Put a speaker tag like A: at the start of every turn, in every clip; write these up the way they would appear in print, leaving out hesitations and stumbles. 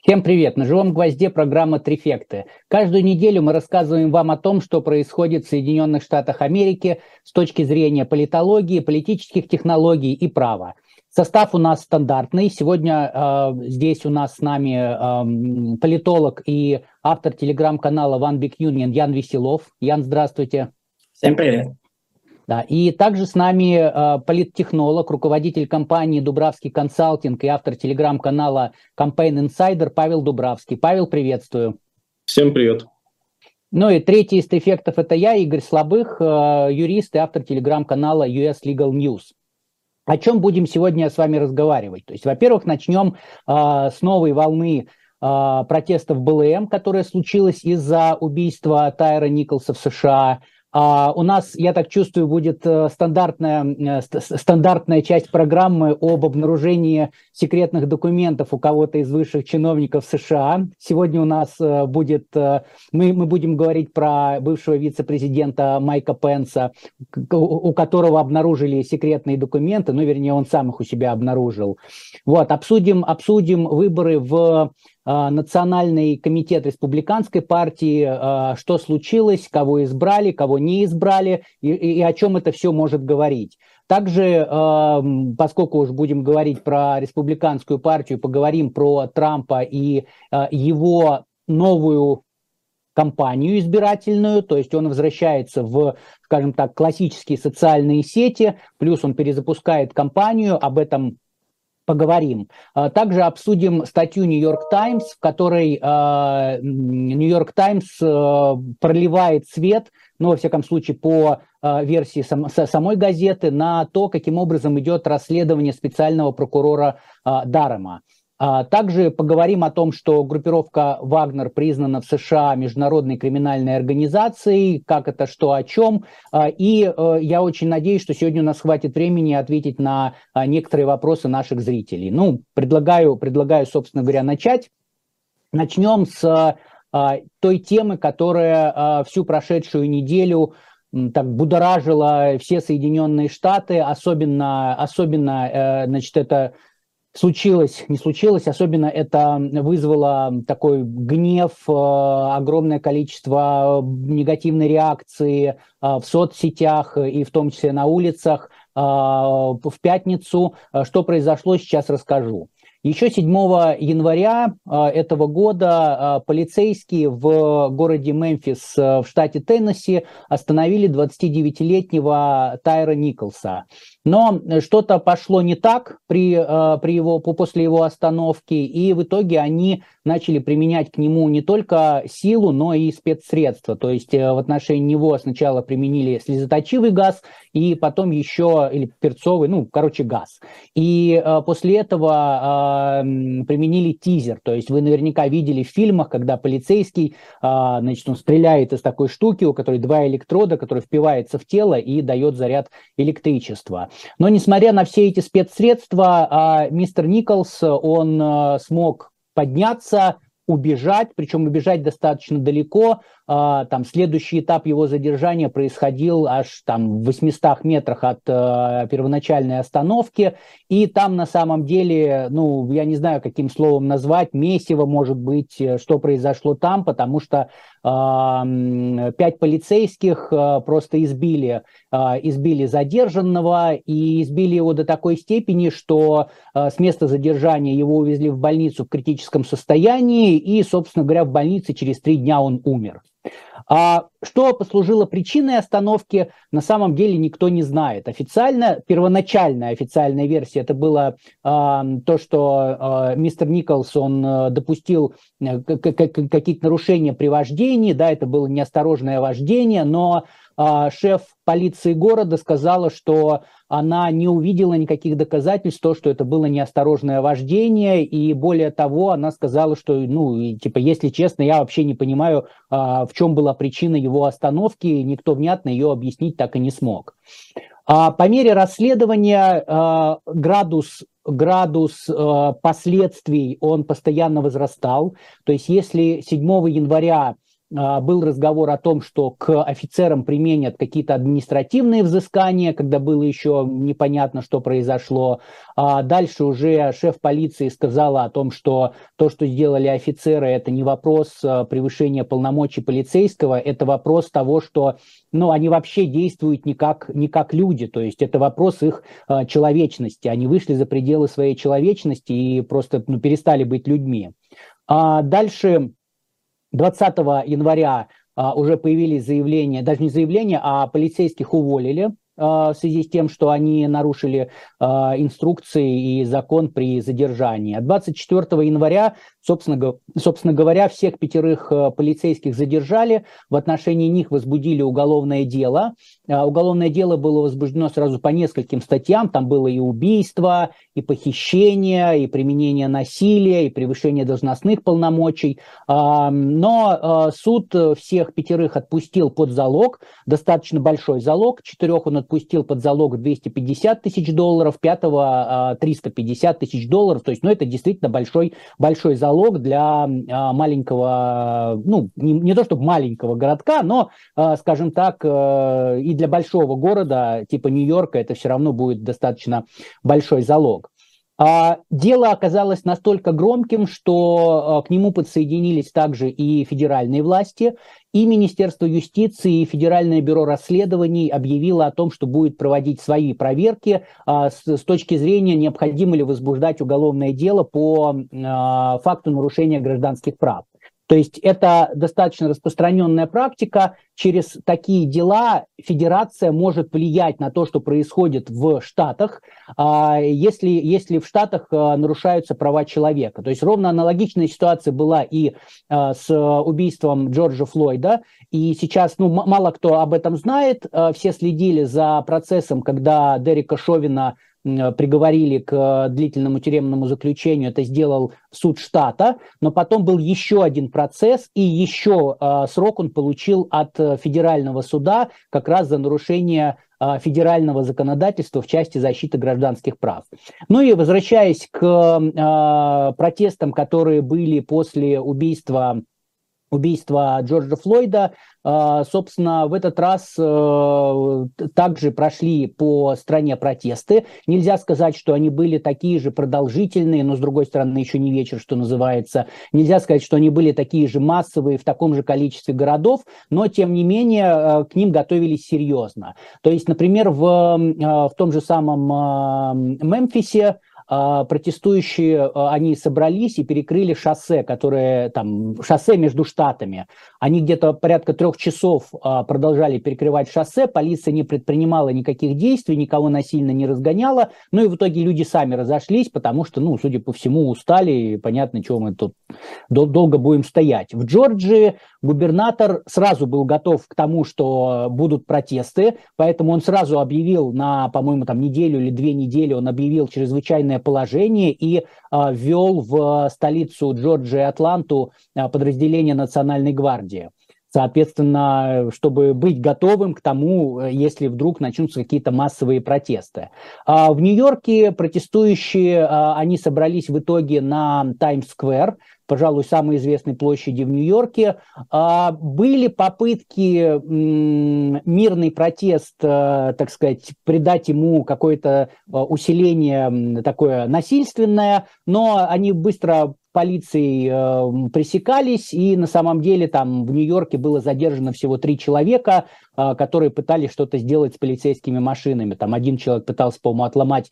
A: Всем привет! На живом гвозде программа «Трифекты». Каждую неделю мы рассказываем вам о том, что происходит в Соединенных Штатах Америки с точки зрения политологии, политических технологий и права. Состав у нас стандартный. Сегодня здесь у нас с нами политолог и автор телеграм-канала One Big Union Ян Веселов. Ян, здравствуйте.
B: Всем привет.
A: Да, и также с нами политтехнолог, руководитель компании «Дубравский консалтинг» и автор телеграм-канала Campaign Insider Павел Дубравский. Павел, приветствую.
C: Всем привет.
A: Ну и третий из эффектов – это я, Игорь Слабых, юрист и автор телеграм-канала US Legal News. О чем будем сегодня с вами разговаривать? То есть, во-первых, начнем с новой волны протестов БЛМ, которая случилась из-за убийства Тайра Николса в США. У нас, я так чувствую, будет стандартная часть программы об обнаружении секретных документов у кого-то из высших чиновников США. Сегодня у нас будет, мы будем говорить про бывшего вице-президента Майка Пенса, у которого обнаружили секретные документы, ну, вернее, он сам их у себя обнаружил. Вот, обсудим выборы в Национальный комитет республиканской партии, что случилось, кого избрали, кого не избрали и о чем это все может говорить. Также, поскольку уж будем говорить про республиканскую партию, поговорим про Трампа и его новую кампанию избирательную, то есть он возвращается в, скажем так, классические социальные сети, плюс он перезапускает кампанию, об этом поговорим. Также обсудим статью Нью-Йорк Таймс, в которой Нью-Йорк Таймс проливает свет, ну, во всяком случае, по версии самой газеты, на то, каким образом идет расследование специального прокурора Дарема. Также поговорим о том, что группировка «Вагнер» признана в США международной криминальной организацией, как это, что, о чем. И я очень надеюсь, что сегодня у нас хватит времени ответить на некоторые вопросы наших зрителей. Ну, предлагаю, собственно говоря, начать. Начнем с той темы, которая всю прошедшую неделю так будоражила все Соединенные Штаты, особенно, значит, это не случилось, особенно это вызвало такой гнев, огромное количество негативной реакции в соцсетях и в том числе на улицах в пятницу. Что произошло, сейчас расскажу. Еще 7 января этого года полицейские в городе Мемфис в штате Теннесси остановили 29-летнего Тайра Николса. Но что-то пошло не так после его остановки, и в итоге они начали применять к нему не только силу, но и спецсредства. То есть в отношении него сначала применили слезоточивый газ, и потом еще, или перцовый, газ. И после этого применили тизер. То есть вы наверняка видели в фильмах, когда полицейский, он стреляет из такой штуки, у которой 2 электрода, который впивается в тело и дает заряд электричества. Но несмотря на все эти спецсредства, мистер Николс, он смог подняться, убежать, причем убежать достаточно далеко. Там следующий этап его задержания происходил аж там в 800 метрах от первоначальной остановки, и там на самом деле, я не знаю, каким словом назвать, месиво, может быть, что произошло там, потому что 5 полицейских просто избили задержанного, и избили его до такой степени, что с места задержания его увезли в больницу в критическом состоянии, и, собственно говоря, в больнице через 3 дня он умер. Что послужило причиной остановки, на самом деле никто не знает. Первоначальная официальная версия, это было то, что мистер Николс, он допустил какие-то нарушения при вождении, да, это было неосторожное вождение, но шеф полиции города сказала, что она не увидела никаких доказательств, что это было неосторожное вождение, и более того, она сказала, что, если честно, я вообще не понимаю, в чем была причина его остановки, никто внятно ее объяснить так и не смог. По мере расследования градус последствий, он постоянно возрастал, то есть если 7 января был разговор о том, что к офицерам применят какие-то административные взыскания, когда было еще непонятно, что произошло. Дальше уже шеф полиции сказала о том, что то, что сделали офицеры, это не вопрос превышения полномочий полицейского, это вопрос того, что они вообще действуют не как люди, то есть это вопрос их человечности. Они вышли за пределы своей человечности и просто перестали быть людьми. Дальше 20 января уже появились заявления, даже не заявления, а полицейских уволили в связи с тем, что они нарушили инструкции и закон при задержании. А 24 января, собственно говоря, всех 5 полицейских задержали, в отношении них возбудили уголовное дело. Уголовное дело было возбуждено сразу по нескольким статьям, там было и убийство, и похищение, и применение насилия, и превышение должностных полномочий. Но суд всех 5 отпустил под залог, достаточно большой залог, 4 он отпустил под залог $250 тысяч, 5-го $350 тысяч. То есть, это действительно большой залог для маленького, не то чтобы маленького городка, но, скажем так, и для большого города типа Нью-Йорка это все равно будет достаточно большой залог. Дело оказалось настолько громким, что к нему подсоединились также и федеральные власти, и Министерство юстиции, и Федеральное бюро расследований объявило о том, что будет проводить свои проверки с точки зрения, необходимо ли возбуждать уголовное дело по факту нарушения гражданских прав. То есть это достаточно распространенная практика. Через такие дела федерация может влиять на то, что происходит в Штатах, если в Штатах нарушаются права человека. То есть ровно аналогичная ситуация была и с убийством Джорджа Флойда. И сейчас мало кто об этом знает. Все следили за процессом, когда Дерека Шовина приговорили к длительному тюремному заключению, это сделал суд штата, но потом был еще один процесс, и еще срок он получил от федерального суда как раз за нарушение федерального законодательства в части защиты гражданских прав. И возвращаясь к протестам, которые были после убийства Джорджа Флойда, собственно, в этот раз также прошли по стране протесты. Нельзя сказать, что они были такие же продолжительные, но, с другой стороны, еще не вечер, что называется. Нельзя сказать, что они были такие же массовые в таком же количестве городов, но, тем не менее, к ним готовились серьезно. То есть, например, в том же самом Мемфисе протестующие, они собрались и перекрыли шоссе, шоссе между штатами. Они где-то порядка 3 часов продолжали перекрывать шоссе, полиция не предпринимала никаких действий, никого насильно не разгоняла, и в итоге люди сами разошлись, потому что, судя по всему, устали, и понятно, чего мы тут долго будем стоять. В Джорджии губернатор сразу был готов к тому, что будут протесты, поэтому он сразу объявил по-моему, неделю или 2 недели, он объявил чрезвычайное положение и ввел в столицу Джорджии, Атланту, подразделение Национальной гвардии. Соответственно, чтобы быть готовым к тому, если вдруг начнутся какие-то массовые протесты. В Нью-Йорке протестующие, они собрались в итоге на Таймс-сквер, пожалуй, самой известной площади в Нью-Йорке. Были попытки мирный протест, так сказать, придать ему какое-то усиление такое насильственное, но они быстро полицией пресекались, и на самом деле в Нью-Йорке было задержано всего 3 человека, которые пытались что-то сделать с полицейскими машинами. Один человек пытался, по-моему, отломать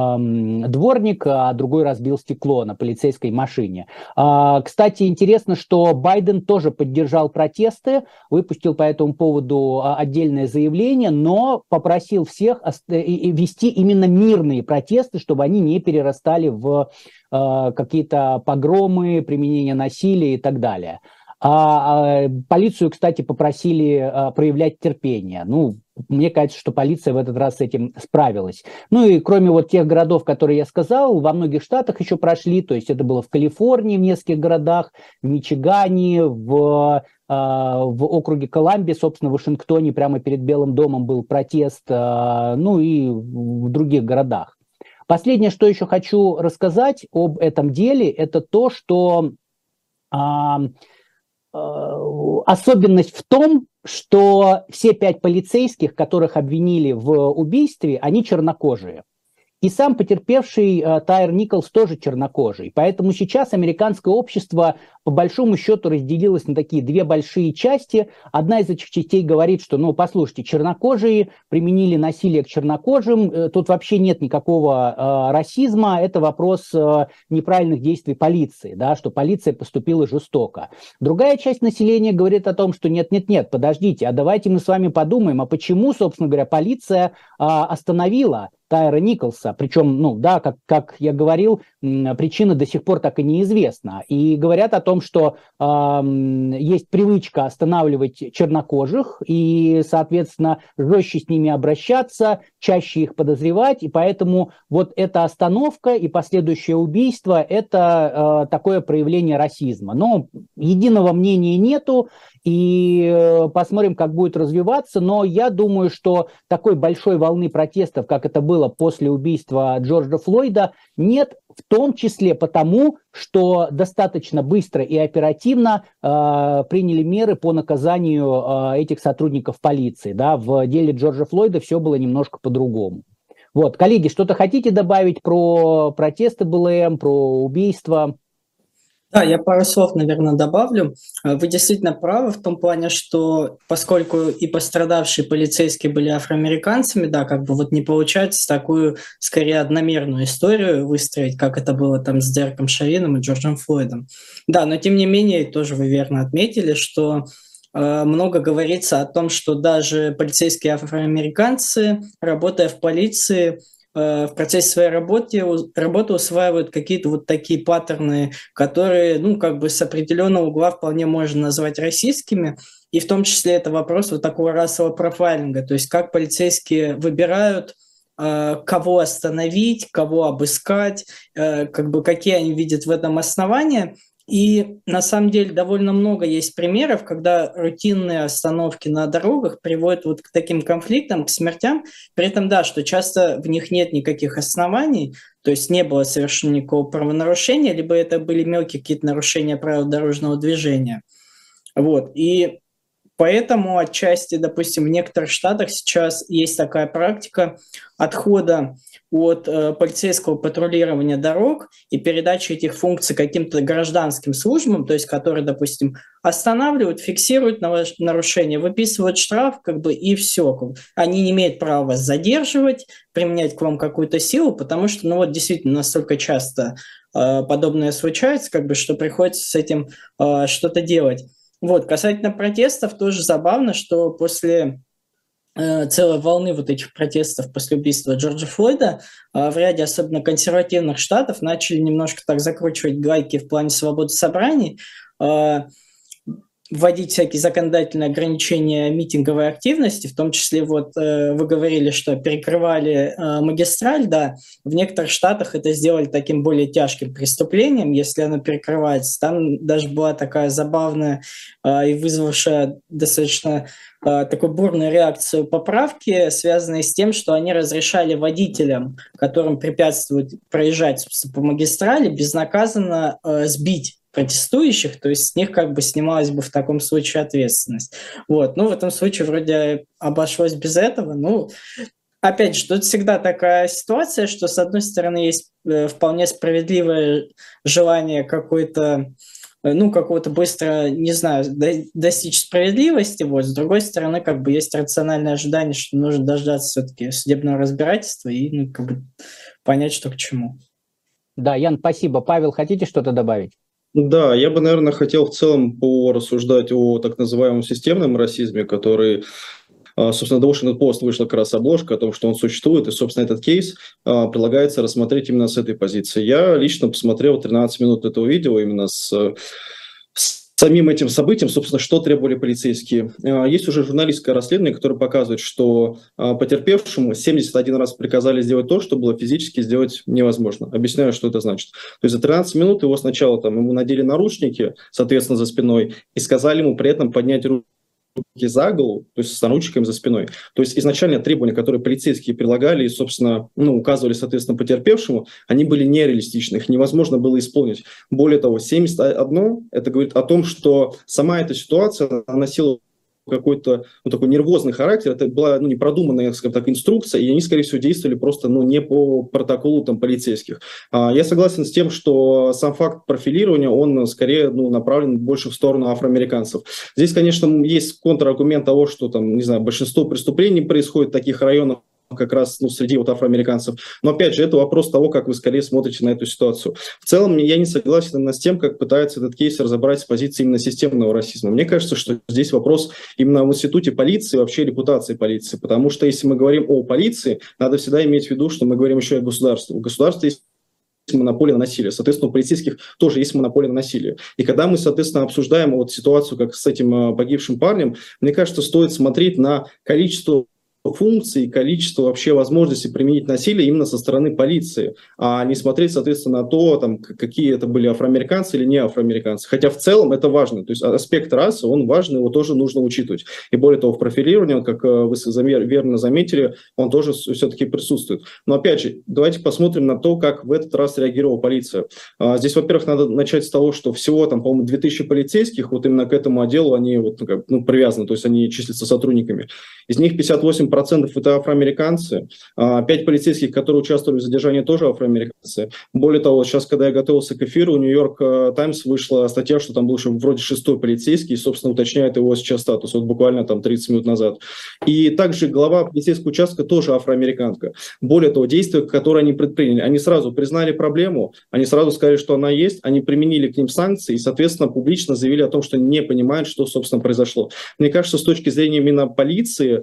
A: дворник, а другой разбил стекло на полицейской машине. Кстати, интересно, что Байден тоже поддержал протесты, выпустил по этому поводу отдельное заявление, но попросил всех вести именно мирные протесты, чтобы они не перерастали в какие-то погромы, применение насилия и так далее. Полицию, кстати, попросили проявлять терпение. Мне кажется, что полиция в этот раз с этим справилась. И кроме тех городов, которые я сказал, во многих штатах еще прошли, то есть это было в Калифорнии, в нескольких городах, в Мичигане, в округе Колумбия, собственно, в Вашингтоне, прямо перед Белым домом был протест, и в других городах. Последнее, что еще хочу рассказать об этом деле, это то, что особенность в том, что все 5 полицейских, которых обвинили в убийстве, они чернокожие. И сам потерпевший Тайр Николс тоже чернокожий. Поэтому сейчас американское общество по большому счету разделилось на такие две большие части. Одна из этих частей говорит, что, ну, послушайте, чернокожие применили насилие к чернокожим, тут вообще нет никакого расизма, это вопрос неправильных действий полиции, да, что полиция поступила жестоко. Другая часть населения говорит о том, что нет, подождите, а давайте мы с вами подумаем, а почему, собственно говоря, полиция остановила Тайра Николса, причем, ну да, как я говорил, причина до сих пор так и неизвестна. И говорят о том, что есть привычка останавливать чернокожих и, соответственно, жестче с ними обращаться, чаще их подозревать, и поэтому вот эта остановка и последующее убийство – это такое проявление расизма. Но единого мнения нету, и посмотрим, как будет развиваться, но я думаю, что такой большой волны протестов, как это было после убийства Джорджа Флойда, нет, в том числе потому, что достаточно быстро и оперативно приняли меры по наказанию этих сотрудников полиции. Да? В деле Джорджа Флойда все было немножко по-другому. Вот, коллеги, что-то хотите добавить про протесты БЛМ, про убийства?
B: Да, я пару слов, наверное, добавлю. Вы действительно правы в том плане, что поскольку и пострадавшие полицейские были афроамериканцами, да, как бы вот не получается такую, скорее, одномерную историю выстроить, как это было там с Дереком Шавином и Джорджем Флойдом. Да, но тем не менее, тоже вы верно отметили, что много говорится о том, что даже полицейские афроамериканцы, работая в полиции, в процессе своей работы усваивают какие-то вот такие паттерны, которые, ну, как бы с определенного угла вполне можно назвать расистскими, и в том числе это вопрос вот такого расового профайлинга, то есть как полицейские выбирают, кого остановить, кого обыскать, как бы какие они видят в этом основания. И на самом деле довольно много есть примеров, когда рутинные остановки на дорогах приводят вот к таким конфликтам, к смертям. При этом, да, что часто в них нет никаких оснований, то есть не было совершенно никакого правонарушения, либо это были мелкие какие-то нарушения правил дорожного движения. Вот. И поэтому отчасти, допустим, в некоторых штатах сейчас есть такая практика отхода от полицейского патрулирования дорог и передачи этих функций каким-то гражданским службам, то есть которые, допустим, останавливают, фиксируют нарушение, выписывают штраф, как бы, и все. Они не имеют права вас задерживать, применять к вам какую-то силу, потому что, ну вот, действительно, настолько часто подобное случается, как бы, что приходится с этим что-то делать. Вот, касательно протестов, тоже забавно, что после целой волны вот этих протестов после убийства Джорджа Флойда в ряде особенно консервативных штатов начали немножко так закручивать гайки в плане свободы собраний, вводить всякие законодательные ограничения митинговой активности, в том числе вот вы говорили, что перекрывали магистраль, да, в некоторых штатах это сделали таким более тяжким преступлением, если оно перекрывается. Там даже была такая забавная и вызвавшая достаточно такую бурную реакцию поправки, связанные с тем, что они разрешали водителям, которым препятствуют проезжать по магистрали, безнаказанно сбить протестующих, то есть с них как бы снималась бы в таком случае ответственность. Вот. Ну, в этом случае вроде обошлось без этого. Ну, опять же, тут всегда такая ситуация, что, с одной стороны, есть вполне справедливое желание какой-то, ну, какого-то быстро, не знаю, достичь справедливости, вот. С другой стороны, как бы есть рациональное ожидание, что нужно дождаться все-таки судебного разбирательства и, ну, как бы понять, что к чему.
A: Да, Ян, спасибо. Павел, хотите что-то добавить?
C: Да, я бы, наверное, хотел в целом порассуждать о так называемом системном расизме, который, собственно, до Washington Post вышла как раз обложка о том, что он существует, и, собственно, этот кейс предлагается рассмотреть именно с этой позиции. Я лично посмотрел 13 минут этого видео именно с самим этим событием, собственно, что требовали полицейские. Есть уже журналистское расследование, которое показывает, что потерпевшему 71 раз приказали сделать то, что было физически сделать невозможно. Объясняю, что это значит. То есть за 13 минут его сначала ему надели наручники, соответственно, за спиной, и сказали ему при этом поднять руки за голову, то есть с наручниками за спиной. То есть изначально требования, которые полицейские прилагали и, собственно, указывали, соответственно, потерпевшему, они были нереалистичны, их невозможно было исполнить. Более того, 71, это говорит о том, что сама эта ситуация носила какой-то такой нервозный характер, это была непродуманная, скажем так, инструкция, и они, скорее всего, действовали просто не по протоколу полицейских. Я согласен с тем, что сам факт профилирования, он скорее направлен больше в сторону афроамериканцев. Здесь, конечно, есть контраргумент того, что большинство преступлений происходит в таких районах, как раз среди афроамериканцев. Но, опять же, это вопрос того, как вы скорее смотрите на эту ситуацию. В целом, я не согласен именно с тем, как пытается этот кейс разобрать с позиции именно системного расизма. Мне кажется, что здесь вопрос именно в институте полиции, вообще репутации полиции. Потому что если мы говорим о полиции, надо всегда иметь в виду, что мы говорим еще и о государстве. У государства есть монополия на насилие. Соответственно, у полицейских тоже есть монополия на насилие. И когда мы, соответственно, обсуждаем ситуацию, как с этим погибшим парнем, мне кажется, стоит смотреть на количество функций, количество вообще возможностей применить насилие именно со стороны полиции, а не смотреть, соответственно, на то, какие это были афроамериканцы или не афроамериканцы. Хотя в целом это важно. То есть аспект расы, он важный, его тоже нужно учитывать. И более того, в профилировании, как вы верно заметили, он тоже все-таки присутствует. Но опять же, давайте посмотрим на то, как в этот раз реагировала полиция. Здесь, во-первых, надо начать с того, что всего, по-моему, 2000 полицейских, именно к этому отделу, они привязаны, то есть они числятся сотрудниками. Из них 58% это афроамериканцы, 5 полицейских, которые участвовали в задержании, тоже афроамериканцы. Более того, сейчас, когда я готовился к эфиру, у Нью-Йорк Таймс вышла статья, что там был еще вроде 6-й полицейский, и, собственно, уточняет его сейчас статус, буквально 30 минут назад. И также глава полицейского участка тоже афроамериканка. Более того, действия, которые они предприняли, они сразу признали проблему, они сразу сказали, что она есть, они применили к ним санкции и, соответственно, публично заявили о том, что не понимают, что, собственно, произошло. Мне кажется, с точки зрения именно полиции,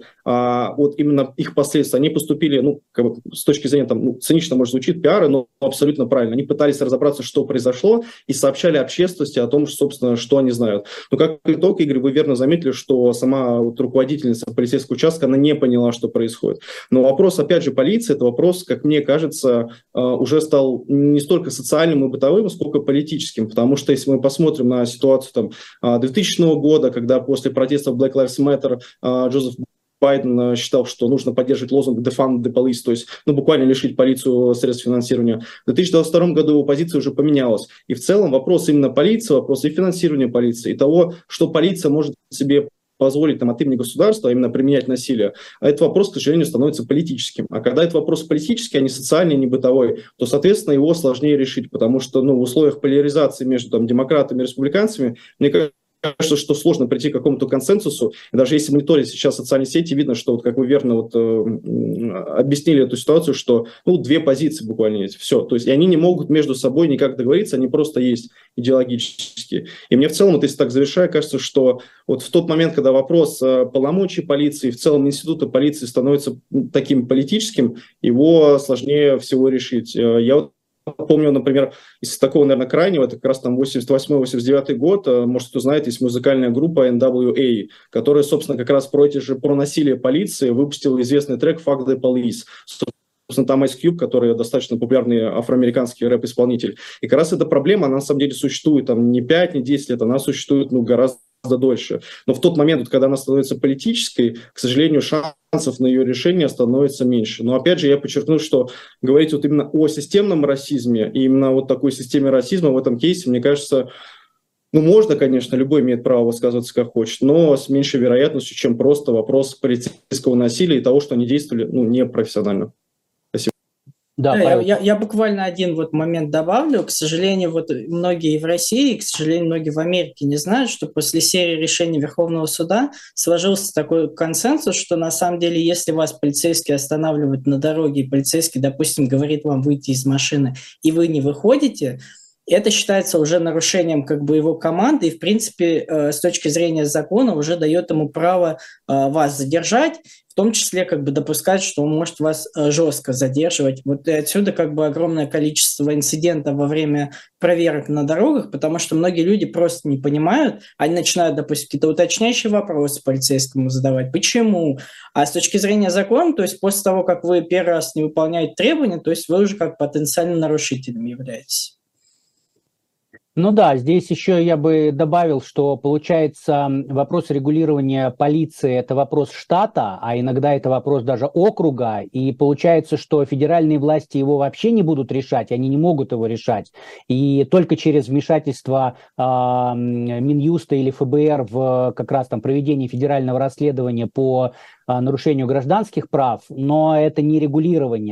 C: именно их последствия, они поступили, с точки зрения, цинично, может, звучит, пиары, но абсолютно правильно. Они пытались разобраться, что произошло, и сообщали общественности о том, собственно, что они знают. Но как итог, Игорь, вы верно заметили, что сама руководительница полицейского участка, она не поняла, что происходит. Но вопрос, опять же, полиции, это вопрос, как мне кажется, уже стал не столько социальным и бытовым, сколько политическим, потому что если мы посмотрим на ситуацию 2000 года, когда после протестов Black Lives Matter Джозеф Байден считал, что нужно поддерживать лозунг «defund the police», то есть буквально лишить полицию средств финансирования. В 2022 году его позиция уже поменялась. И в целом вопрос именно полиции, вопрос и финансирования полиции, и того, что полиция может себе позволить от имени государства именно применять насилие, а этот вопрос, к сожалению, становится политическим. А когда этот вопрос политический, а не социальный, не бытовой, то, соответственно, его сложнее решить, потому что в условиях поляризации между демократами и республиканцами, мне кажется, что сложно прийти к какому-то консенсусу. И даже если мониторить сейчас социальные сети, видно, что, как вы верно объяснили эту ситуацию, что две позиции буквально есть. Все. То есть и они не могут между собой никак договориться, они просто есть идеологически. И мне в целом, если так завершая, кажется, что в тот момент, когда вопрос полномочий полиции, в целом института полиции становится таким политическим, его сложнее всего решить. Я помню, например, из такого, наверное, крайнего, это как раз 88-89 год, может, кто знает, есть музыкальная группа NWA, которая, собственно, как раз про насилие полиции выпустила известный трек «Fuck the Police». Собственно, там Ice Cube, который достаточно популярный афроамериканский рэп-исполнитель. И как раз эта проблема, она на самом деле существует не 5, не 10 лет, она существует гораздо дольше. Но в тот момент, когда она становится политической, к сожалению, шансов на ее решение становится меньше. Но опять же, я подчеркну, что говорить именно о системном расизме и именно такой системе расизма в этом кейсе, мне кажется, можно, конечно, любой имеет право высказываться как хочет, но с меньшей вероятностью, чем просто вопрос полицейского насилия и того, что они действовали непрофессионально.
B: Да, я буквально один момент добавлю. К сожалению, многие в России, к сожалению, многие в Америке не знают, что после серии решений Верховного суда сложился такой консенсус, что на самом деле, если вас полицейский останавливает на дороге, и полицейский, допустим, говорит вам выйти из машины, и вы не выходите, это считается уже нарушением его команды, и, в принципе, с точки зрения закона уже дает ему право вас задержать, в том числе допускать, что он может вас жестко задерживать. И отсюда огромное количество инцидентов во время проверок на дорогах, потому что многие люди просто не понимают, они начинают, допустим, какие-то уточняющие вопросы полицейскому задавать. Почему? А с точки зрения закона, то есть после того, как вы первый раз не выполняете требования, то есть вы уже потенциальным нарушителем являетесь.
A: Ну да, здесь еще я бы добавил, что получается вопрос регулирования полиции – это вопрос штата, а иногда это вопрос даже округа, и получается, что федеральные власти его вообще не будут решать, они не могут его решать, и только через вмешательство Минюста или ФБР в как раз там проведение федерального расследования по нарушению гражданских прав, но это не регулирование.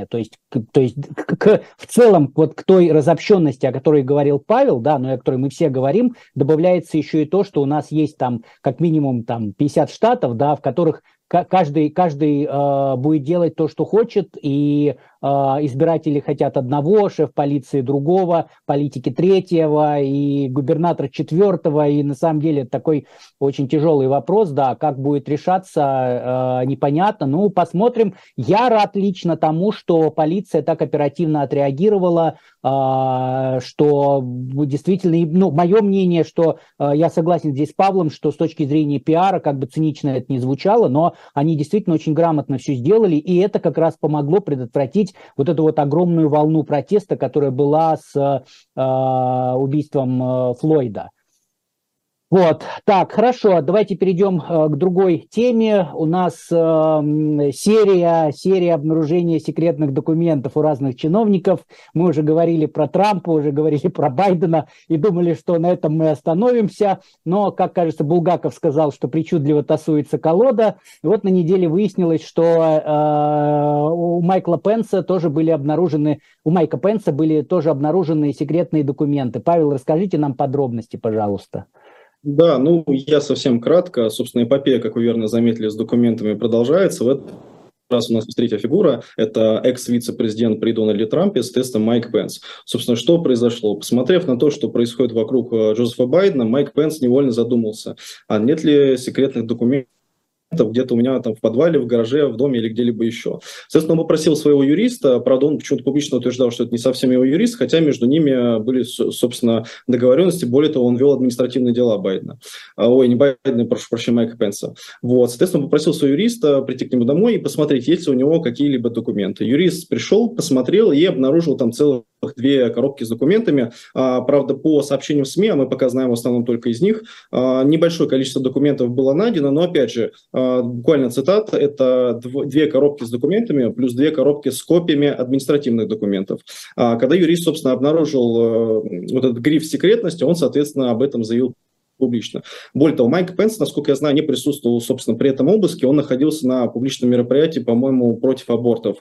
A: В целом вот к той разобщенности, о которой говорил Павел, да, но о которой мы все говорим, добавляется еще и то, что у нас есть там как минимум там 50 штатов, да, в которых каждый будет делать то, что хочет, и избиратели хотят одного, шеф полиции другого, политики третьего, и губернатор четвертого, и на самом деле это такой очень тяжелый вопрос, да, как будет решаться, непонятно, ну, посмотрим. Я рад лично тому, что полиция так оперативно отреагировала, что действительно, ну, мое мнение, что я согласен здесь с Павлом, что с точки зрения пиара, как бы цинично это ни звучало, но они действительно очень грамотно все сделали, и это как раз помогло предотвратить вот эту вот огромную волну протеста, которая была с убийством Флойда. Вот, так, хорошо, давайте перейдем к другой теме. У нас серия обнаружения секретных документов у разных чиновников. Мы уже говорили про Трампа, уже говорили про Байдена и думали, что на этом мы остановимся. Но, как кажется, Булгаков сказал, что причудливо тасуется колода. И вот на неделе выяснилось, что у Майка Пенса были тоже обнаружены секретные документы. Павел, расскажите нам подробности, пожалуйста.
C: Да, ну я совсем кратко. Собственно, эпопея, как вы верно заметили, с документами продолжается. В этот раз у нас есть третья фигура. Это экс-вице-президент при Дональде Трампе, соответственно, Майк Пенс. Собственно, что произошло? Посмотрев на то, что происходит вокруг Джозефа Байдена, Майк Пенс невольно задумался, а нет ли секретных документов где-то у меня там в подвале, в гараже, в доме или где-либо еще. Соответственно, он попросил своего юриста, правда, он почему-то публично утверждал, что это не совсем его юрист, хотя между ними были, собственно, договоренности. Более того, он вел административные дела Байдена. Ой, не Байдена, прошу прощения, Майка Пенса. Вот, соответственно, он попросил своего юриста прийти к нему домой и посмотреть, есть ли у него какие-либо документы. Юрист пришел, посмотрел и обнаружил там целых 2 коробки с документами. Правда, по сообщениям в СМИ, а мы пока знаем в основном только из них, небольшое количество документов было найдено, но, опять же, буквально цитата, это 2 коробки с документами плюс 2 коробки с копиями административных документов. Когда юрист, собственно, обнаружил вот этот гриф секретности, он, соответственно, об этом заявил публично. Более того, Майк Пенс, насколько я знаю, не присутствовал, собственно, при этом обыске. Он находился на публичном мероприятии, по-моему, против абортов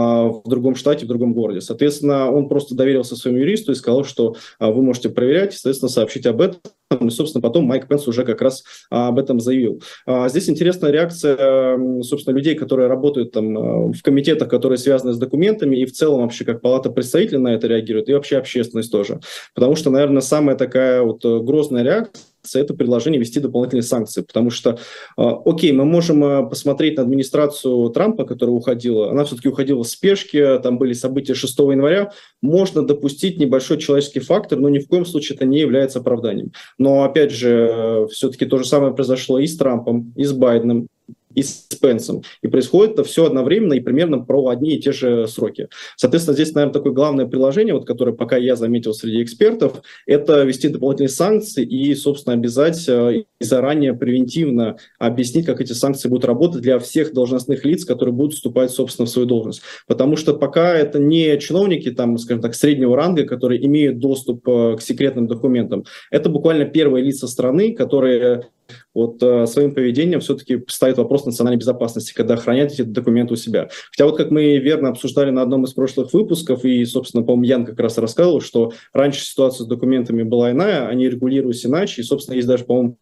C: в другом штате, в другом городе. Соответственно, он просто доверился своему юристу и сказал, что вы можете проверять, соответственно, сообщить об этом. И, собственно, потом Майк Пенс уже как раз об этом заявил. Здесь интересная реакция, собственно, людей, которые работают там в комитетах, которые связаны с документами, и в целом вообще как Палата представителей на это реагирует, и вообще общественность тоже. Потому что, наверное, самая такая вот грозная реакция – это предложение ввести дополнительные санкции, потому что, окей, мы можем посмотреть на администрацию Трампа, которая уходила, она все-таки уходила в спешке, там были события 6 января, можно допустить небольшой человеческий фактор, но ни в коем случае это не является оправданием. Но, опять же, все-таки то же самое произошло и с Трампом, и с Байденом, и с Пенсом. И происходит это все одновременно и примерно про одни и те же сроки. Соответственно, здесь, наверное, такое главное приложение, вот, которое пока я заметил среди экспертов, это ввести дополнительные санкции и, собственно, обязать и заранее превентивно объяснить, как эти санкции будут работать для всех должностных лиц, которые будут вступать, собственно, в свою должность. Потому что пока это не чиновники, там, скажем так, среднего ранга, которые имеют доступ к секретным документам. Это буквально первые лица страны, которые вот своим поведением все-таки ставит вопрос национальной безопасности, когда хранят эти документы у себя. Хотя вот как мы верно обсуждали на одном из прошлых выпусков, и, собственно, по-моему, Ян как раз рассказывал, что раньше ситуация с документами была иная, они регулировались иначе, и, собственно, есть даже, по-моему,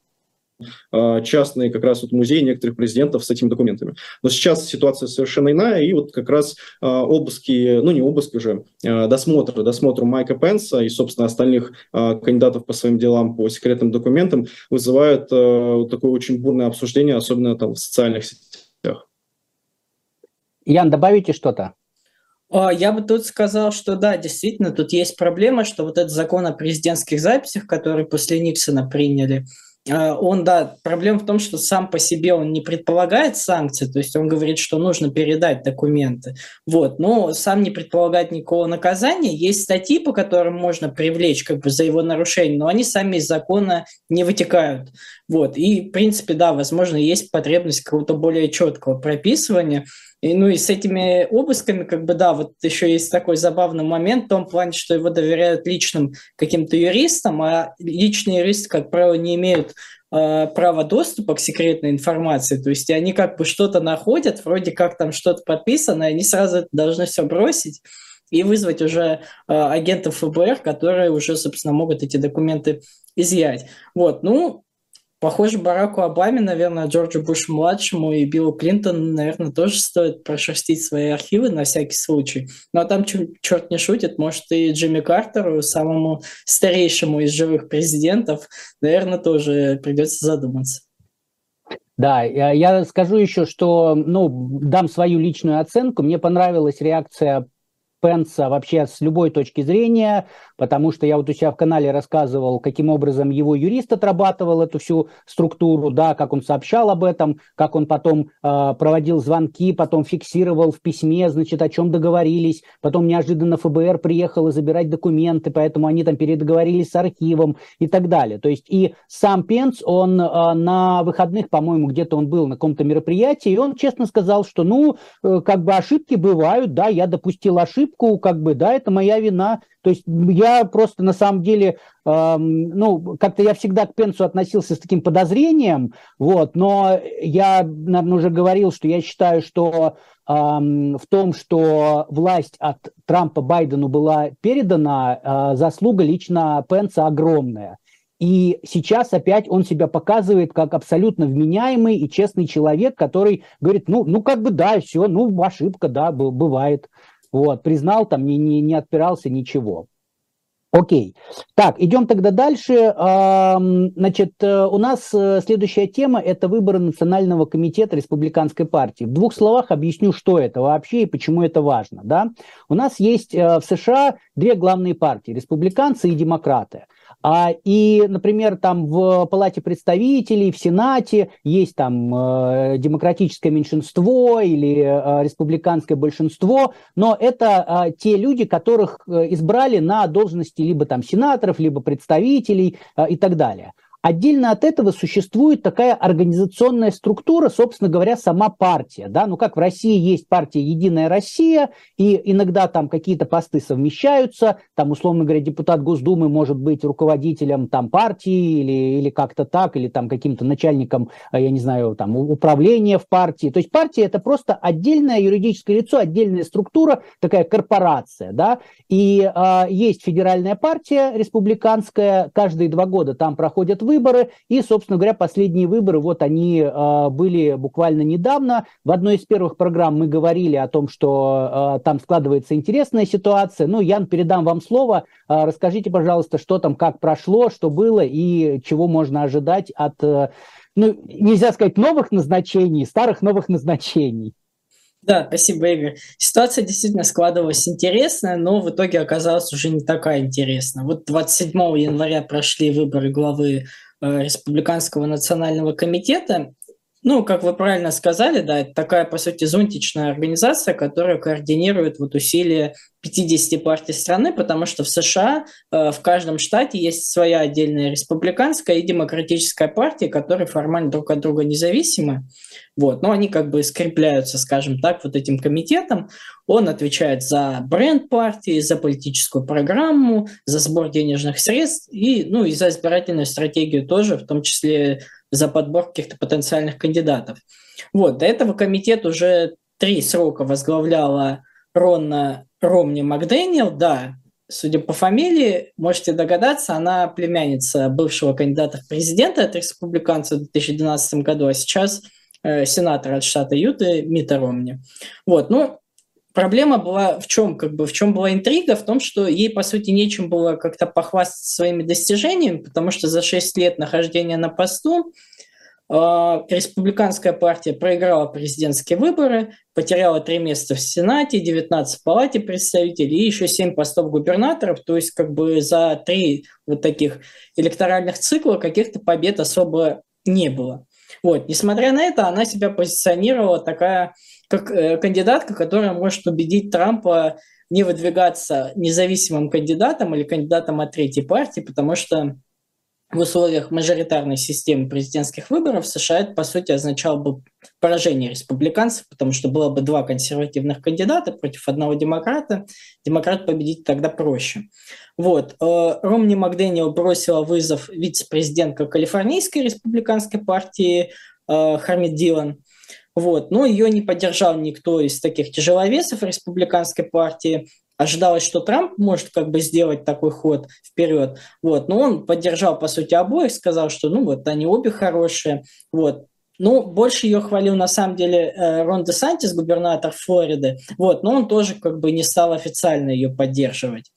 C: частные как раз вот музеи некоторых президентов с этими документами. Но сейчас ситуация совершенно иная, и вот как раз обыски, ну не обыски уже, досмотр Майка Пенса и, собственно, остальных кандидатов по своим делам по секретным документам вызывают такое очень бурное обсуждение, особенно там в социальных сетях.
A: Ян, добавите что-то?
B: Я бы тут сказал, что да, действительно, тут есть проблема, что вот этот закон о президентских записях, который после Никсона приняли, Он, да, проблема в том, что сам по себе он не предполагает санкции, то есть он говорит, что нужно передать документы, вот, но сам не предполагает никакого наказания. Есть статьи, по которым можно привлечь как бы за его нарушение, но они сами из закона не вытекают, вот, и, в принципе, да, возможно, есть потребность какого-то более четкого прописывания. И, ну и с этими обысками, как бы, да, вот еще есть такой забавный момент в том плане, что его доверяют личным каким-то юристам, а личные юристы, как правило, не имеют права доступа к секретной информации, то есть они как бы что-то находят, вроде как там что-то подписано, и они сразу должны все бросить и вызвать уже агентов ФБР, которые уже, собственно, могут эти документы изъять. Вот, ну, похоже, Бараку Обаме, наверное, Джорджу Бушу-младшему и Биллу Клинтону, наверное, тоже стоит прошерстить свои архивы на всякий случай. Ну, а там, черт не шутит, может, и Джимми Картеру, самому старейшему из живых президентов, наверное, тоже придется задуматься.
A: Да, я скажу еще, что, ну, дам свою личную оценку. Мне понравилась реакция Пенса вообще с любой точки зрения, потому что я вот у себя в канале рассказывал, каким образом его юрист отрабатывал эту всю структуру, да, как он сообщал об этом, как он потом проводил звонки, потом фиксировал в письме, значит, о чем договорились, потом неожиданно ФБР приехало забирать документы, поэтому они там передоговорились с архивом и так далее. То есть и сам Пенс, он на выходных, по-моему, где-то он был на каком-то мероприятии, и он честно сказал, что, ну, как бы ошибки бывают, да, я допустил ошибку, как бы, да, это моя вина. То есть я просто на самом деле, ну, как-то я всегда к Пенсу относился с таким подозрением, вот, но я, наверное, уже говорил, что я считаю, что в том, что власть от Трампа Байдену была передана, заслуга лично Пенса огромная. И сейчас опять он себя показывает как абсолютно вменяемый и честный человек, который говорит, ну как бы да, все, ну ошибка, да, бывает. Вот, признал, там не отпирался, ничего. Окей. Так, идем тогда дальше. Значит, у нас следующая тема – это выборы Национального комитета Республиканской партии. В двух словах объясню, что это вообще и почему это важно. Да? У нас есть в США две главные партии – республиканцы и демократы. И, например, там в Палате представителей, в Сенате есть там демократическое меньшинство или республиканское большинство, но это те люди, которых избрали на должности либо там сенаторов, либо представителей и так далее. Отдельно от этого существует такая организационная структура, собственно говоря, сама партия. Да? Ну, как в России есть партия «Единая Россия», и иногда там какие-то посты совмещаются, там, условно говоря, депутат Госдумы может быть руководителем там партии или как-то так, или там каким-то начальником, я не знаю, там, управления в партии. То есть партия – это просто отдельное юридическое лицо, отдельная структура, такая корпорация. Да? И есть федеральная партия республиканская, каждые 2 года там проходят выборы, и, собственно говоря, последние выборы, вот они были буквально недавно. В одной из первых программ мы говорили о том, что там складывается интересная ситуация. Ну, Ян, передам вам слово. Расскажите, пожалуйста, что там, как прошло, что было и чего можно ожидать от, ну, нельзя сказать новых назначений, старых новых назначений.
B: Да, спасибо, Игорь. Ситуация действительно складывалась интересная, но в итоге оказалась уже не такая интересная. Вот 27 января прошли выборы главы Республиканского национального комитета. Ну, как вы правильно сказали, да, это такая, по сути, зонтичная организация, которая координирует вот усилия 50 партий страны, потому что в США в каждом штате есть своя отдельная республиканская и демократическая партия, которые формально друг от друга независимы. Вот, но они как бы скрепляются, скажем так, вот этим комитетом. Он отвечает за бренд партии, за политическую программу, за сбор денежных средств и, ну, и за избирательную стратегию тоже, в том числе за подбор каких-то потенциальных кандидатов. Вот, до этого комитет уже 3 срока возглавляла Рона Ромни Макдэниел, да, судя по фамилии, можете догадаться, она племянница бывшего кандидата в президенты от республиканцев в 2012 году, а сейчас сенатор от штата Юта Митта Ромни. Вот, ну, проблема была в чем, в чем была интрига? В том, что ей, по сути, нечем было как-то похвастаться своими достижениями, потому что за 6 лет нахождения на посту Республиканская партия проиграла президентские выборы, потеряла 3 места в Сенате, 19 в Палате представителей и еще 7 постов губернаторов. То есть как бы за 3 вот таких электоральных цикла каких-то побед особо не было. Вот. Несмотря на это, она себя позиционировала такая, как кандидатка, которая может убедить Трампа не выдвигаться независимым кандидатом или кандидатом от третьей партии, потому что в условиях мажоритарной системы президентских выборов в США это, по сути, означало бы поражение республиканцев, потому что было бы 2 консервативных кандидата против 1 демократа. Демократ победить тогда проще. Вот. Ромни Макдэниел бросила вызов вице-президентка Калифорнийской республиканской партии Хармит Дилан. Вот. Но ее не поддержал никто из таких тяжеловесов республиканской партии. Ожидалось, что Трамп может как бы сделать такой ход вперед. Вот. Но он поддержал, по сути, обоих, сказал, что ну вот они обе хорошие. Вот. Ну, больше ее хвалил на самом деле Рон Десантис, губернатор Флориды. Вот. Но он тоже как бы не стал официально ее поддерживать.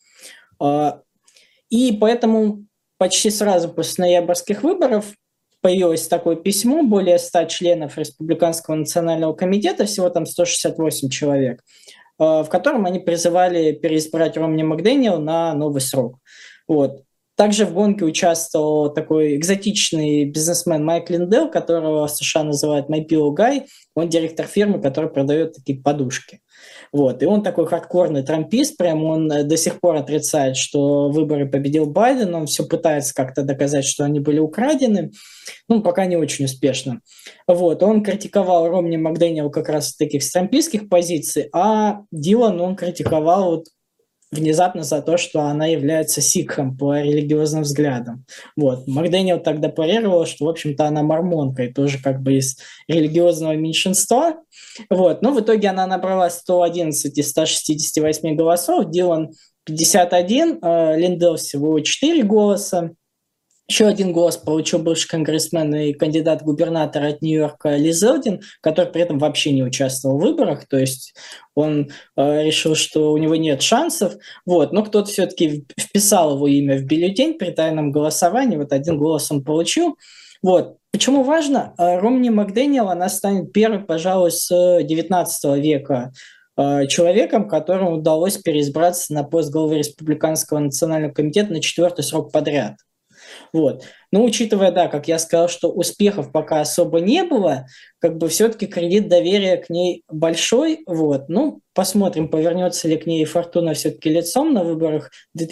B: И поэтому почти сразу после ноябрьских выборов появилось такое письмо более 100 членов Республиканского национального комитета, всего там 168 человек, в котором они призывали переизбрать Ромни Макдэниел на новый срок. Вот. Также в гонке участвовал такой экзотичный бизнесмен Майк Линдell, которого в США называют My Pillow Guy. Он директор фирмы, которая продает такие подушки. Вот. И он такой хардкорный трампист, прям он до сих пор отрицает, что выборы победил Байден, он все пытается как-то доказать, что они были украдены, ну, пока не очень успешно. Вот. Он критиковал Ромни Макдэниел как раз с таких трампистских позиций, а Дилан он критиковал вот внезапно за то, что она является сикхом по религиозным взглядам. Вот. Макдэниел тогда парировал, что, в общем-то, она мормонка, и тоже как бы из религиозного меньшинства. Вот. Но в итоге она набрала 111 из 168 голосов, Дилан 51, Линдell всего 4 голоса. Еще 1 голос получил бывший конгрессмен и кандидат в губернатора от Нью-Йорка Ли Зелдин, который при этом вообще не участвовал в выборах, то есть он решил, что у него нет шансов, вот, но кто-то все-таки вписал его имя в бюллетень при тайном голосовании, вот 1 голос он получил. Вот. Почему важно? Ромни Макдэниел, она станет первой, пожалуй, с 19 века человеком, которому удалось переизбраться на пост главы Республиканского национального комитета на 4-й срок подряд. Вот. Но учитывая, да, как я сказал, что успехов пока особо не было, как бы все-таки кредит доверия к ней большой. Вот. Ну, посмотрим, повернется ли к ней фортуна все-таки лицом на выборах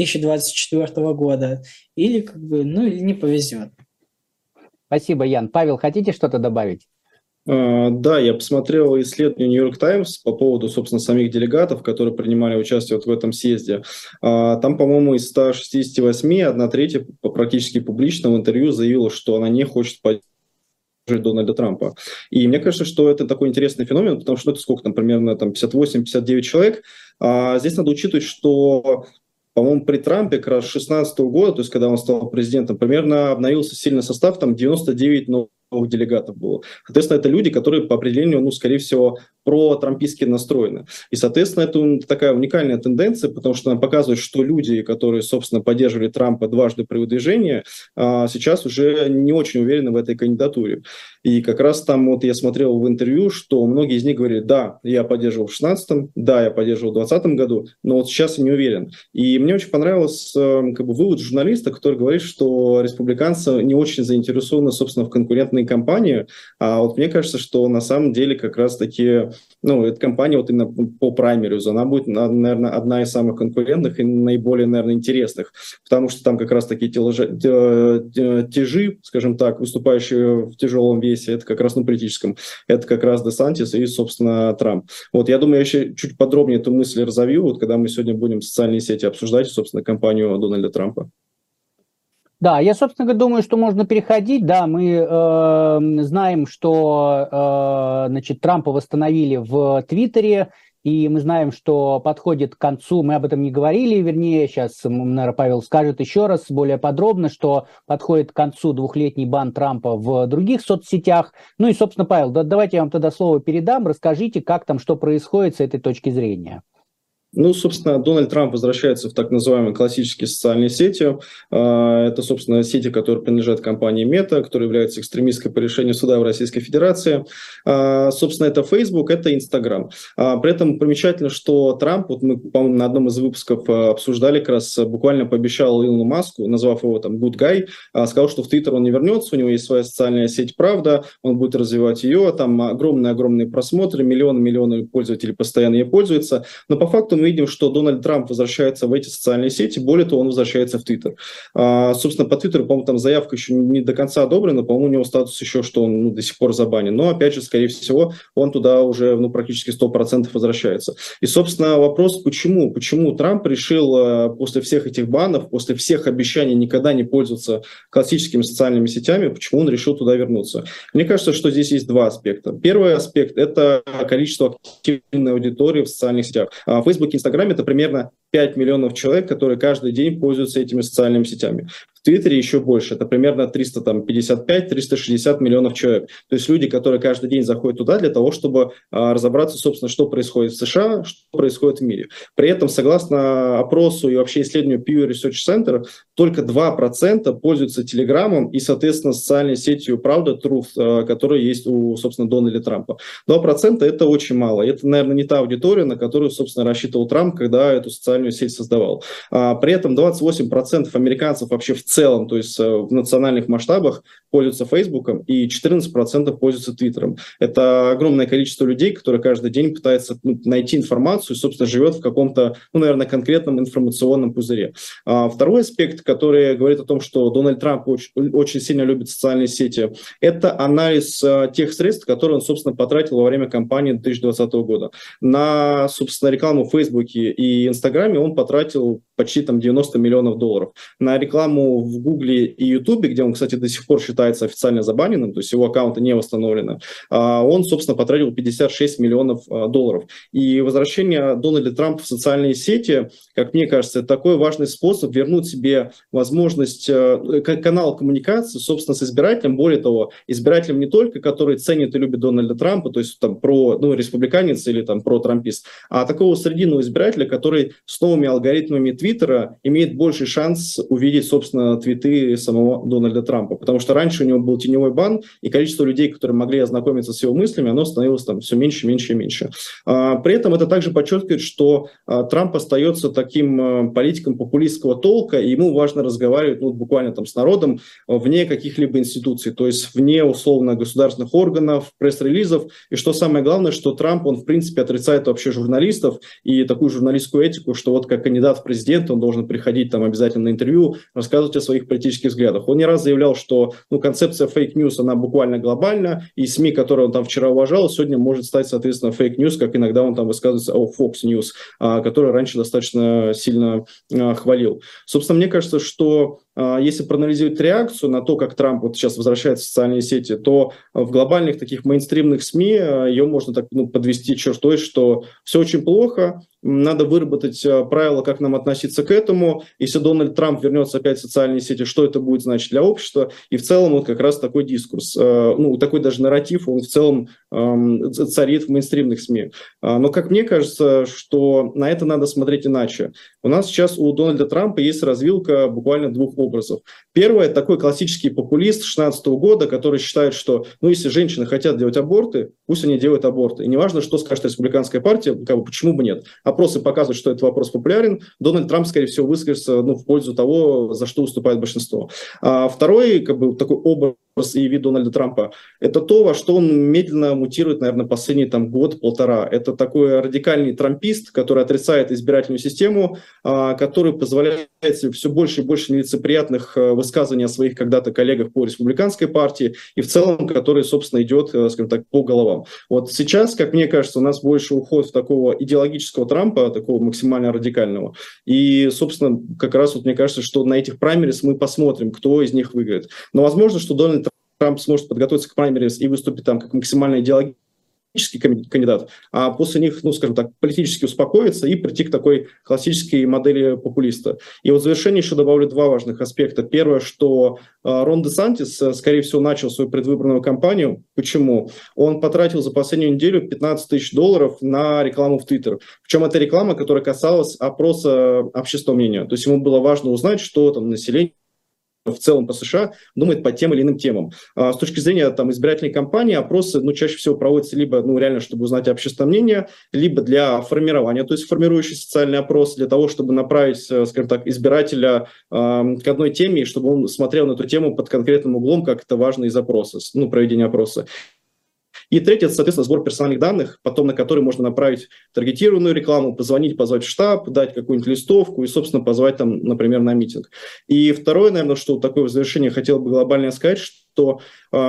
B: 2024 года, или как бы, ну, или не повезет.
A: Спасибо, Ян. Павел, хотите что-то добавить?
C: Да, я посмотрел исследование Нью-Йорк Таймс по поводу, собственно, самих делегатов, которые принимали участие вот в этом съезде. Там, по-моему, из 168 1/3 практически публично в интервью заявила, что она не хочет поддерживать Дональда Трампа. И мне кажется, что это такой интересный феномен, потому что это сколько там, примерно там 58-59 человек. Здесь надо учитывать, что, по-моему, при Трампе как раз 2016 года, то есть когда он стал президентом, примерно обновился сильный состав, там 99 новых делегатов было. Соответственно, это люди, которые по определению, ну, скорее всего, про-трампистски настроены. И, соответственно, это такая уникальная тенденция, потому что она показывает, что люди, которые, собственно, поддерживали Трампа дважды при выдвижении, сейчас уже не очень уверены в этой кандидатуре. И как раз там вот я смотрел в интервью, что многие из них говорили, да, я поддерживал в 2016, да, я поддерживал в 2020 году, но вот сейчас я не уверен. И мне очень понравился как бы вывод журналиста, который говорит, что республиканцы не очень заинтересованы, собственно, в конкурентной кампании. А вот мне кажется, что на самом деле как раз-таки, ну, эта кампания вот именно по праймеризу, она будет, наверное, одна из самых конкурентных и наиболее, наверное, интересных, потому что там как раз-таки тяжи, скажем так, выступающие в тяжелом весе, это как раз на политическом, это как раз Десантис и, собственно, Трамп. Вот, я думаю, я еще чуть подробнее эту мысль разовью, вот когда мы сегодня будем в социальные сети обсуждать, собственно, кампанию Дональда Трампа.
A: Да, я, собственно, думаю, что можно переходить. Да, мы знаем, что значит, Трампа восстановили в Твиттере, и мы знаем, что подходит к концу, мы об этом не говорили, вернее, сейчас, наверное, Павел скажет еще раз более подробно, что подходит к концу 2-летний бан Трампа в других соцсетях. Ну и, собственно, Павел, давайте я вам тогда слово передам, расскажите, как там, что происходит с этой точки зрения.
C: Ну, собственно, Дональд Трамп возвращается в так называемые классические социальные сети. Это, собственно, сети, которые принадлежат компании Meta, которая является экстремистской по решению суда в Российской Федерации. Собственно, это Facebook, это Instagram. При этом примечательно, что Трамп, вот мы, по-моему, на одном из выпусков обсуждали, как раз буквально пообещал Илону Маску, назвав его там good guy, сказал, что в Twitter он не вернется, у него есть своя социальная сеть «Правда», он будет развивать ее, там огромные-огромные просмотры, миллионы пользователей постоянно ей пользуются. Но по факту мы видим, что Дональд Трамп возвращается в эти социальные сети, более того, он возвращается в Твиттер. Собственно, по Твиттеру, по-моему, там заявка еще не до конца одобрена, по-моему, у него статус еще, что он до сих пор забанен. Но, опять же, скорее всего, он туда уже практически 100% возвращается. И, собственно, вопрос, почему? Почему Трамп решил после всех этих банов, после всех обещаний никогда не пользоваться классическими социальными сетями, почему он решил туда вернуться? Мне кажется, что здесь есть два аспекта. Первый аспект – это количество активной аудитории в социальных сетях. В Facebook и Инстаграме это примерно 5 миллионов человек, которые каждый день пользуются этими социальными сетями. В Твиттере еще больше, это примерно 355-360 миллионов человек. То есть люди, которые каждый день заходят туда для того, чтобы разобраться, собственно, что происходит в США, что происходит в мире. При этом, согласно опросу и вообще исследованию Pew Research Center, только 2% пользуются Телеграмом и, соответственно, социальной сетью «Правда», Truth, которая есть у, собственно, Дональда Трампа. 2% это очень мало. Это, наверное, не та аудитория, на которую, собственно, рассчитывал Трамп, когда эту социальную сеть создавал. При этом 28% американцев вообще в целом, то есть в национальных масштабах, пользуются Фейсбуком, и 14% пользуются Твиттером. Это огромное количество людей, которые каждый день пытаются найти информацию и, собственно, живет в каком-то, наверное, конкретном информационном пузыре. Второй аспект, который говорит о том, что Дональд Трамп очень сильно любит социальные сети, это анализ тех средств, которые он, собственно, потратил во время кампании 2020 года. На, собственно, рекламу в Фейсбуке и Инстаграме он потратил почти там $90 миллионов. На рекламу в Гугле и Ютубе, где он, кстати, до сих пор считается официально забаненным, то есть его аккаунты не восстановлены, он, собственно, потратил $56 миллионов. И возвращение Дональда Трампа в социальные сети, как мне кажется, это такой важный способ вернуть себе возможность, канал коммуникации, собственно, с избирателем. Более того, избирателем не только, который ценит и любит Дональда Трампа, то есть там республиканец или там про-трампист, а такого срединного избирателя, который с новыми алгоритмами Твиттера имеет больший шанс увидеть, собственно, твиты самого Дональда Трампа. Потому что раньше у него был теневой бан, и количество людей, которые могли ознакомиться с его мыслями, оно становилось там все меньше и меньше. При этом это также подчеркивает, что Трамп остается таким политиком популистского толка, и ему важно разговаривать буквально там с народом вне каких-либо институций, то есть вне, условно, государственных органов, пресс-релизов. И что самое главное, что Трамп, он, в принципе, отрицает вообще журналистов и такую журналистскую этику, что вот как кандидат в президенты он должен приходить там обязательно на интервью, рассказывать о своих политических взглядах. Он не раз заявлял, что концепция фейк-ньюс, она буквально глобальна, и СМИ, которые он там вчера уважал, сегодня может стать, соответственно, фейк-ньюс, как иногда он там высказывается о Fox News, который раньше достаточно сильно хвалил. Собственно, мне кажется, что если проанализировать реакцию на то, как Трамп вот сейчас возвращается в социальные сети, то в глобальных таких мейнстримных СМИ ее можно так подвести чертой, что все очень плохо, надо выработать правила, как нам относиться к этому. Если Дональд Трамп вернется опять в социальные сети, что это будет значить для общества? И в целом вот как раз такой дискурс, такой даже нарратив, он в целом царит в мейнстримных СМИ. Но, как мне кажется, что на это надо смотреть иначе. У нас сейчас у Дональда Трампа есть развилка буквально двух образов. Первое – такой классический популист 2016 года, который считает, что если женщины хотят делать аборты, пусть они делают аборты. И неважно, что скажет республиканская партия, почему бы нет. Опросы показывают, что этот вопрос популярен. Дональд Трамп, скорее всего, выскажется в пользу того, за что выступает большинство. Второй такой образ и вид Дональда Трампа – это то, во что он медленно мутирует, наверное, последний год-полтора. Это такой радикальный трампист, который отрицает избирательную систему, который позволяет себе все больше и больше нелицеприятных высказываний о своих когда-то коллегах по республиканской партии и в целом, который, собственно, идет, скажем так, по головам. Вот сейчас, как мне кажется, у нас больше уход в такого идеологического Трампа, такого максимально радикального. И, собственно, как раз мне кажется, что на этих праймерис мы посмотрим, кто из них выиграет. Но возможно, что Дональд Трамп сможет подготовиться к праймерис и выступить там как максимально идеологически кандидат, а после них, ну, скажем так, политически успокоиться и прийти к такой классической модели популиста. И вот в завершение еще добавлю два важных аспекта. Первое, что Рон Десантис, скорее всего, начал свою предвыборную кампанию. Почему? Он потратил за последнюю неделю $15 тысяч на рекламу в Твиттер. Причем это реклама, которая касалась опроса общественного мнения. То есть ему было важно узнать, что там население в целом по США думает по тем или иным темам. С точки зрения там, избирательной кампании, опросы чаще всего проводятся либо реально, чтобы узнать общественное мнение, либо для формирования, то есть формирующий социальный опрос, для того, чтобы направить, скажем так, избирателя к одной теме, чтобы он смотрел на эту тему под конкретным углом, как это важно из опроса, проведение опроса. И третье, это, соответственно, сбор персональных данных, потом на который можно направить таргетированную рекламу, позвонить, позвать в штаб, дать какую-нибудь листовку и, собственно, позвать там, например, на митинг. И второе, наверное, что такое в завершение хотел бы глобально сказать, что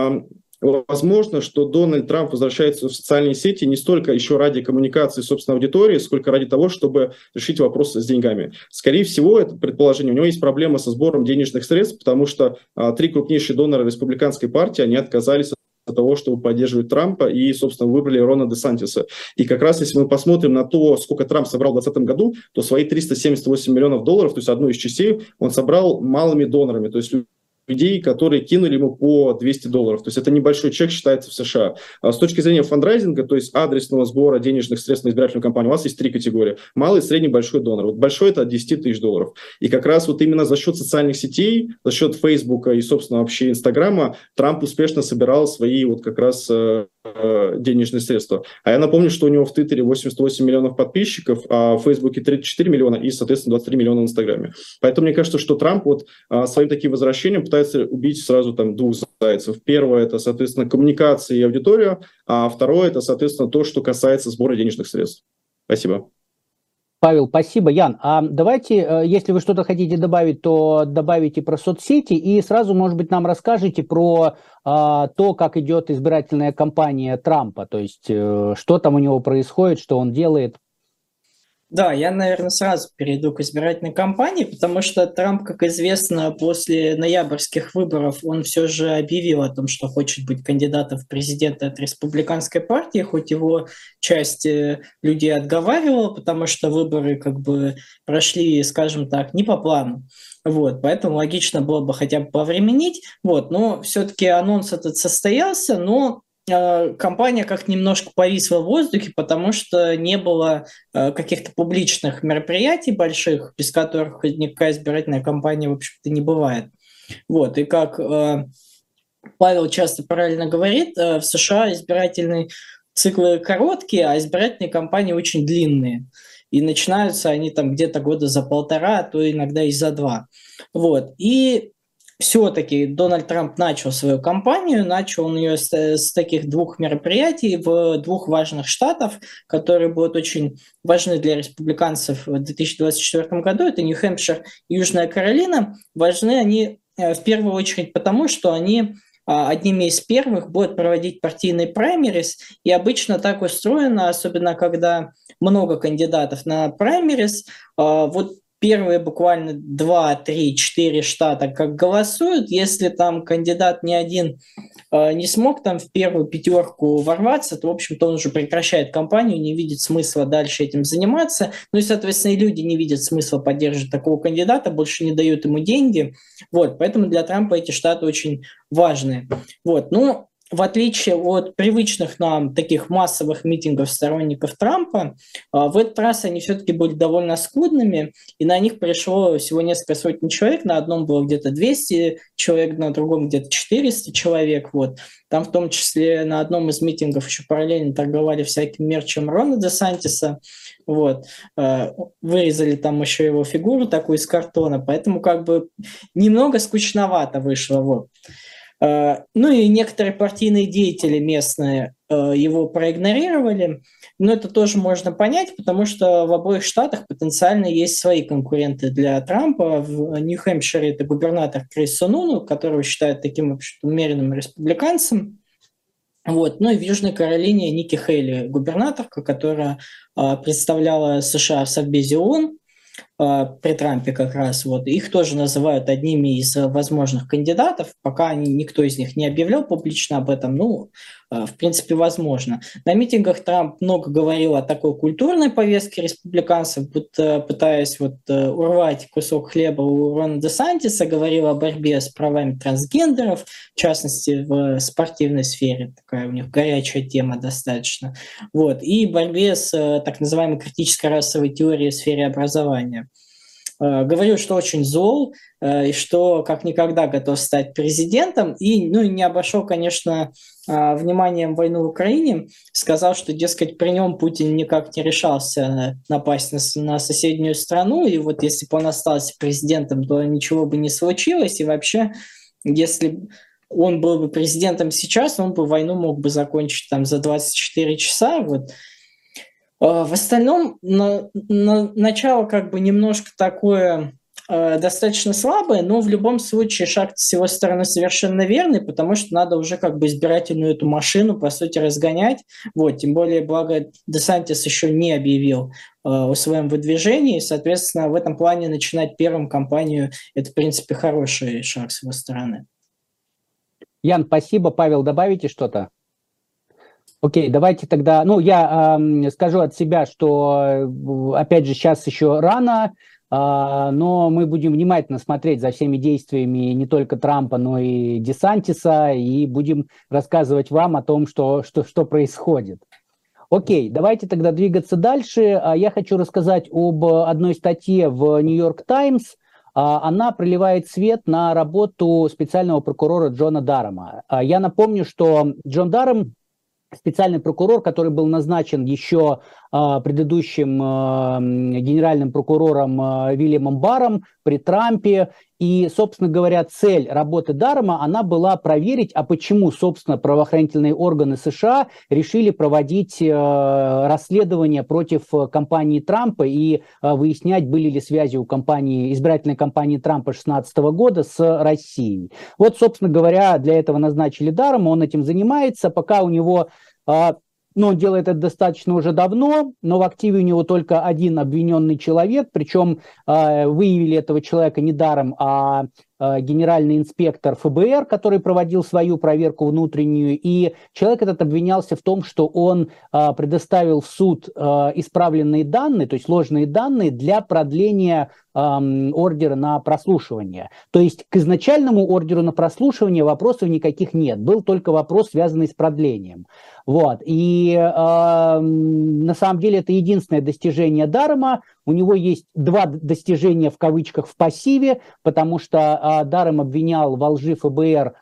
C: возможно, что Дональд Трамп возвращается в социальные сети не столько еще ради коммуникации собственной аудитории, сколько ради того, чтобы решить вопрос с деньгами. Скорее всего, это предположение, у него есть проблема со сбором денежных средств, потому что 3 крупнейшие донора республиканской партии, они отказались от того, чтобы поддерживать Трампа, и, собственно, выбрали Рона Десантиса. И как раз, если мы посмотрим на то, сколько Трамп собрал в 2020 году, то свои $378 миллионов, то есть одну из частей, он собрал малыми донорами, то есть людей, которые кинули ему по $200. То есть это небольшой чек считается в США. А с точки зрения фандрайзинга, то есть адресного сбора денежных средств на избирательную кампанию, у вас есть 3 категории. Малый, средний, большой донор. Вот большой – это от $10 тысяч. И как раз вот именно за счет социальных сетей, за счет Фейсбука и, собственно, вообще Инстаграма Трамп успешно собирал свои вот как раз денежные средства. А я напомню, что у него в Твиттере 88 миллионов подписчиков, а в Фейсбуке 34 миллиона и, соответственно, 23 миллиона в Инстаграме. Поэтому мне кажется, что Трамп вот своим таким возвращением пытается убить сразу там 2 зайцев. Первое – это, соответственно, коммуникация и аудитория, а второе – это, соответственно, то, что касается сбора денежных средств. Спасибо.
A: Павел, спасибо. Ян, а давайте, если вы что-то хотите добавить, то добавите про соцсети и сразу, может быть, нам расскажите про то, как идет избирательная кампания Трампа, то есть что там у него происходит, что он делает.
B: Да, я, наверное, сразу перейду к избирательной кампании, потому что Трамп, как известно, после ноябрьских выборов он все же объявил о том, что хочет быть кандидатом в президенты от республиканской партии, хоть его часть людей отговаривала, потому что выборы как бы прошли, скажем так, не по плану. Вот, поэтому логично было бы хотя бы повременить. Вот, но все-таки анонс этот состоялся, но кампания как-то немножко повисла в воздухе, потому что не было каких-то публичных мероприятий больших, без которых никакая избирательная кампания, в общем-то, не бывает. Вот, и как Павел часто правильно говорит, в США избирательные циклы короткие, а избирательные кампании очень длинные. И начинаются они там где-то года за 1,5, а то иногда и за 2. Вот, и все-таки Дональд Трамп начал свою кампанию, начал он ее с таких 2 мероприятий в 2 важных штатах, которые будут очень важны для республиканцев в 2024 году. Это Нью-Хэмпшир и Южная Каролина. Важны они в первую очередь потому, что они одними из первых будут проводить партийные праймерис, и обычно так устроено, особенно когда много кандидатов на праймерис, вот первые буквально 2, 3, 4 штата как голосуют, если там кандидат ни один не смог там в первую 5 ворваться, то, в общем-то, он уже прекращает кампанию, не видит смысла дальше этим заниматься. Ну и, соответственно, и люди не видят смысла поддерживать такого кандидата, больше не дают ему деньги. Вот, поэтому для Трампа эти штаты очень важны. Вот, ну, в отличие от привычных нам таких массовых митингов сторонников Трампа, в этот раз они все-таки были довольно скудными, и на них пришло всего несколько сотен человек. На одном было где-то 200 человек, на другом где-то 400 человек. Вот. Там в том числе на одном из митингов еще параллельно торговали всяким мерчем Рона Десантиса. Вот. Вырезали там еще его фигуру такую из картона, поэтому как бы немного скучновато вышло. Вот. Ну и некоторые партийные деятели местные его проигнорировали, но это тоже можно понять, потому что в обоих штатах потенциально есть свои конкуренты для Трампа. В Нью-Хэмпшире это губернатор Крис Сунуну, которого считают таким умеренным республиканцем. Вот. Ну и в Южной Каролине Ники Хейли, губернаторка, которая представляла США в Совбезе ООН. при Трампе как раз. Вот. Их тоже называют одними из возможных кандидатов, пока никто из них не объявлял публично об этом, ну, в принципе, возможно. На митингах Трамп много говорил о такой культурной повестке республиканцев, пытаясь урвать кусок хлеба у Рона Десантиса, говорил о борьбе с правами трансгендеров, в частности, в спортивной сфере, такая у них горячая тема достаточно, вот, и борьбе с так называемой критической расовой теорией в сфере образования. Говорил, что очень зол, и что как никогда готов стать президентом, и не обошел, конечно, вниманием войну в Украине, сказал, что, дескать, при нем Путин никак не решался напасть на соседнюю страну, и вот если бы он остался президентом, то ничего бы не случилось, и вообще, если он был бы президентом сейчас, он бы войну мог бы закончить там за 24 часа, вот. В остальном начало как бы немножко такое достаточно слабое, но в любом случае шаг с его стороны совершенно верный, потому что надо уже как бы избирательную эту машину, по сути, разгонять. Вот, тем более, благо, Десантис еще не объявил о своем выдвижении, соответственно, в этом плане начинать первым кампанию – это, в принципе, хороший шаг с его стороны.
A: Ян, спасибо. Павел, добавите что-то? Окей, давайте тогда, я скажу от себя, что, опять же, сейчас еще рано, но мы будем внимательно смотреть за всеми действиями не только Трампа, но и Десантиса, и будем рассказывать вам о том, что происходит. Окей, давайте тогда двигаться дальше. Я хочу рассказать об одной статье в Нью-Йорк Таймс. Она проливает свет на работу специального прокурора Джона Даррема. Я напомню, что Джон Даррем – специальный прокурор, который был назначен еще предыдущим генеральным прокурором Вильямом Барром при Трампе. И, собственно говоря, цель работы Даррема, она была проверить, а почему, собственно, правоохранительные органы США решили проводить расследование против кампании Трампа и выяснять, были ли связи у избирательной кампании Трампа 2016 года с Россией. Вот, собственно говоря, для этого назначили Даррема, он этим занимается, пока у него... он делает это достаточно уже давно, но в активе у него только один обвиненный человек, причем выявили этого человека не Даррем, а генеральный инспектор ФБР, который проводил свою проверку внутреннюю, и человек этот обвинялся в том, что он предоставил в суд исправленные данные, то есть ложные данные для продления ордера на прослушивание. То есть к изначальному ордеру на прослушивание вопросов никаких нет, был только вопрос, связанный с продлением. Вот. И на самом деле это единственное достижение Даррема. У него есть два достижения в кавычках в пассиве, потому что Даррем обвинял во лжи ФБР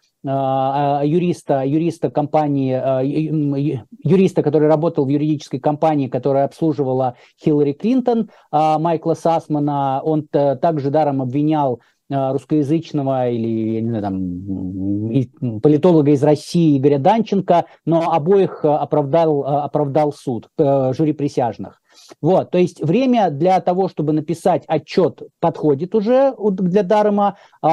A: юриста компании, юриста, который работал в юридической компании, которая обслуживала Хиллари Клинтон, Майкла Сасмана. Он также Даррем обвинял русскоязычного или, я не знаю, там, политолога из России Игоря Данченко, но обоих оправдал суд, жюри присяжных. Вот, то есть время для того, чтобы написать отчет, подходит уже для Даррема,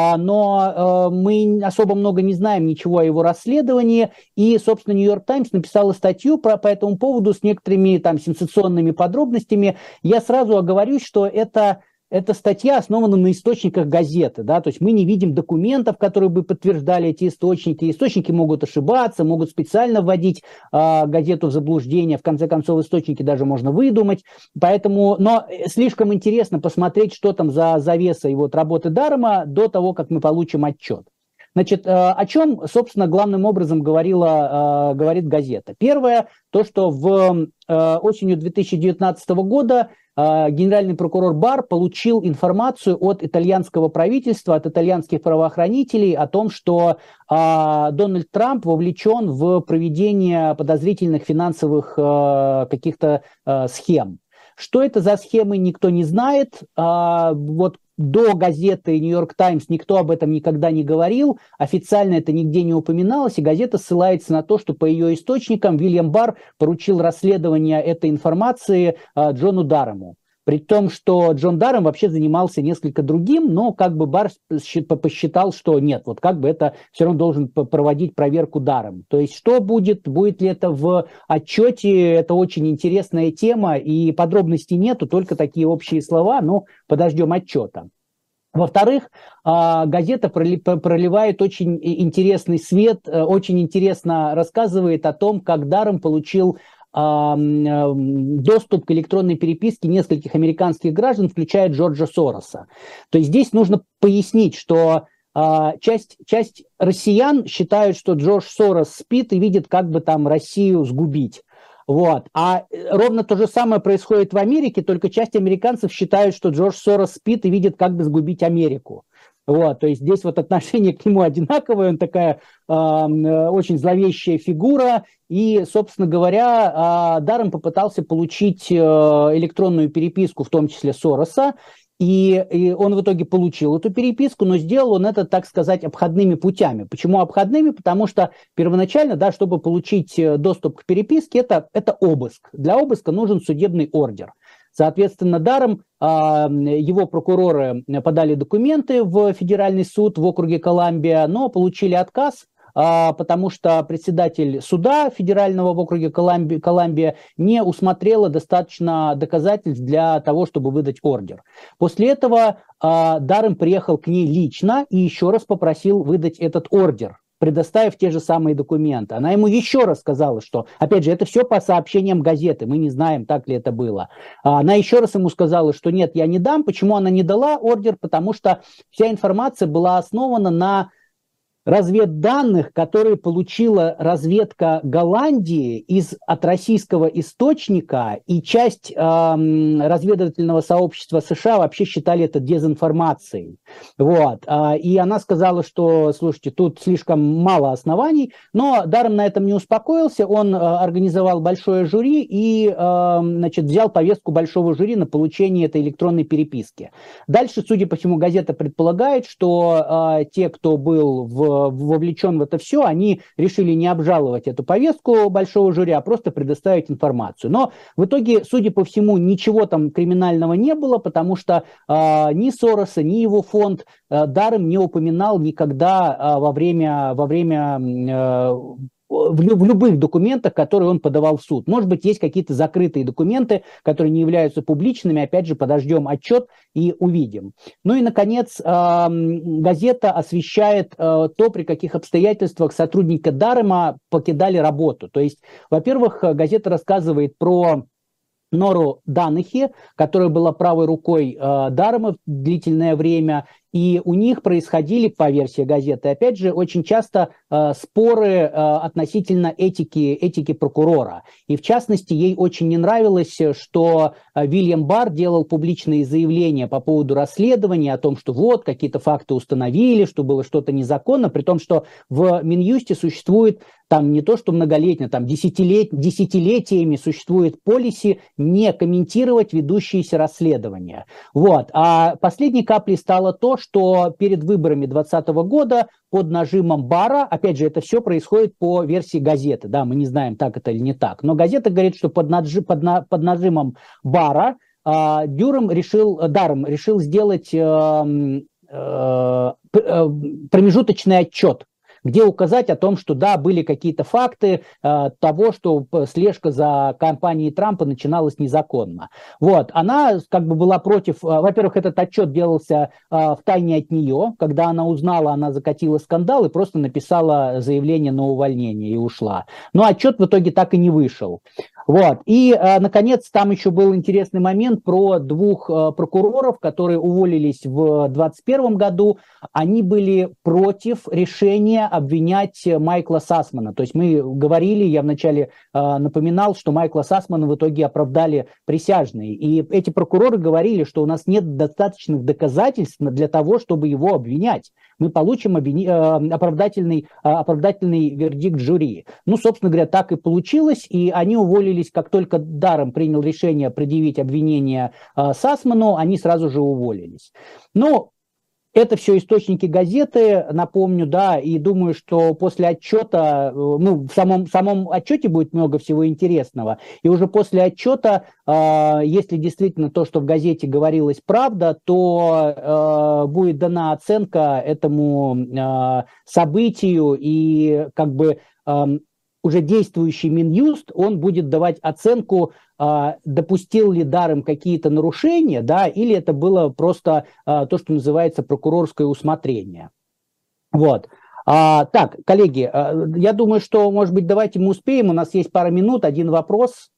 A: но мы особо много не знаем ничего о его расследовании, и, собственно, Нью-Йорк Таймс написала статью по этому поводу с некоторыми там сенсационными подробностями. Я сразу оговорюсь, что эта статья основана на источниках газеты, да, то есть мы не видим документов, которые бы подтверждали эти источники. Источники могут ошибаться, могут специально вводить газету в заблуждение, в конце концов источники даже можно выдумать, поэтому, но слишком интересно посмотреть, что там за завесой работы Даррема до того, как мы получим отчет. Значит, о чем, собственно, главным образом говорит газета? Первое, то, что осенью 2019 года генеральный прокурор Барр получил информацию от итальянского правительства, от итальянских правоохранителей о том, что Дональд Трамп вовлечен в проведение подозрительных финансовых каких-то схем. Что это за схемы, никто не знает. Вот до газеты «Нью-Йорк Таймс» никто об этом никогда не говорил, официально это нигде не упоминалось, и газета ссылается на то, что по ее источникам Вильям Барр поручил расследование этой информации Джону Даррему. При том, что Джон Даррем вообще занимался несколько другим, но как бы Барр посчитал, что нет, вот как бы это все равно должен проводить проверку Даррем. То есть что будет, будет ли это в отчете, это очень интересная тема, и подробностей нету, только такие общие слова, но подождем отчета. Во-вторых, газета проливает очень интересный свет, очень интересно рассказывает о том, как Даррем получил доступ к электронной переписке нескольких американских граждан, включая Джорджа Сороса. То есть здесь нужно пояснить, что часть россиян считают, что Джордж Сорос спит и видит, как бы там Россию сгубить. Вот. А ровно то же самое происходит в Америке, только часть американцев считают, что Джордж Сорос спит и видит, как бы сгубить Америку. Вот, то есть здесь вот отношение к нему одинаковое, он такая очень зловещая фигура, и, собственно говоря, Даррем попытался получить электронную переписку, в том числе Сороса, и он в итоге получил эту переписку, но сделал он это, так сказать, обходными путями. Почему обходными? Потому что первоначально, да, чтобы получить доступ к переписке, это обыск. Для обыска нужен судебный ордер. Соответственно, Даррем, его прокуроры подали документы в федеральный суд в округе Колумбия, но получили отказ, потому что председатель суда федерального в округе Колумбия не усмотрела достаточно доказательств для того, чтобы выдать ордер. После этого Даррем приехал к ней лично и еще раз попросил выдать этот ордер, предоставив те же самые документы. Она ему еще раз сказала, что, опять же, это все по сообщениям газеты, мы не знаем, так ли это было. Она еще раз ему сказала, что нет, я не дам. Почему она не дала ордер? Потому что вся информация была основана на разведданных, которые получила разведка Голландии от российского источника, и часть разведывательного сообщества США вообще считали это дезинформацией. Вот. И она сказала, что, слушайте, тут слишком мало оснований, но Даррем на этом не успокоился, он организовал большое жюри и взял повестку большого жюри на получение этой электронной переписки. Дальше, судя по всему, газета предполагает, что те, кто был вовлечен в это все, они решили не обжаловать эту повестку большого жюри, а просто предоставить информацию. Но в итоге, судя по всему, ничего там криминального не было, потому что ни Сороса, ни его фонд Даррем не упоминал никогда в любых документах, которые он подавал в суд. Может быть, есть какие-то закрытые документы, которые не являются публичными. Опять же, подождем отчет и увидим. Ну и, наконец, газета освещает то, при каких обстоятельствах сотрудники Даррема покидали работу. То есть, во-первых, газета рассказывает про Нору Даннехи, которая была правой рукой Даррема длительное время, и у них происходили, по версии газеты, опять же, очень часто споры относительно этики прокурора. И в частности, ей очень не нравилось, что Вильям Барр делал публичные заявления по поводу расследования о том, что вот, какие-то факты установили, что было что-то незаконно, при том, что в Минюсте существует там не то, что многолетнее, там десятилетиями существует полиси не комментировать ведущиеся расследования. Вот. А последней каплей стало то, что перед выборами 2020 года под нажимом Барра, опять же, это все происходит по версии газеты, да, мы не знаем, так это или не так, но газета говорит, что под нажимом Барра Даррем решил сделать промежуточный отчет, где указать о том, что да, были какие-то факты того, что слежка за кампанией Трампа начиналась незаконно. Вот, она как бы была против, во-первых, этот отчет делался втайне от нее, когда она узнала, она закатила скандал и просто написала заявление на увольнение и ушла. Но отчет в итоге так и не вышел. Вот. И, наконец, там еще был интересный момент про двух прокуроров, которые уволились в 2021 году. Они были против решения обвинять Майкла Сасмана. То есть мы говорили, я вначале напоминал, что Майкла Сасмана в итоге оправдали присяжные. И эти прокуроры говорили, что у нас нет достаточных доказательств для того, чтобы его обвинять. Мы получим оправдательный вердикт жюри. Ну, собственно говоря, так и получилось, и они уволились, как только Даррем принял решение предъявить обвинение Сасману, они сразу же уволились. Ну, Это все источники газеты, напомню, да, и думаю, что после отчета, ну, в самом отчете будет много всего интересного, и уже после отчета, если действительно то, что в газете говорилось, правда, то будет дана оценка этому событию, и как бы уже действующий Минюст, он будет давать оценку, допустил ли Даром какие-то нарушения, да, или это было просто то, что называется прокурорское усмотрение. Вот. Так, коллеги, я думаю, что, может быть, давайте мы успеем, у нас есть пара минут, один вопрос.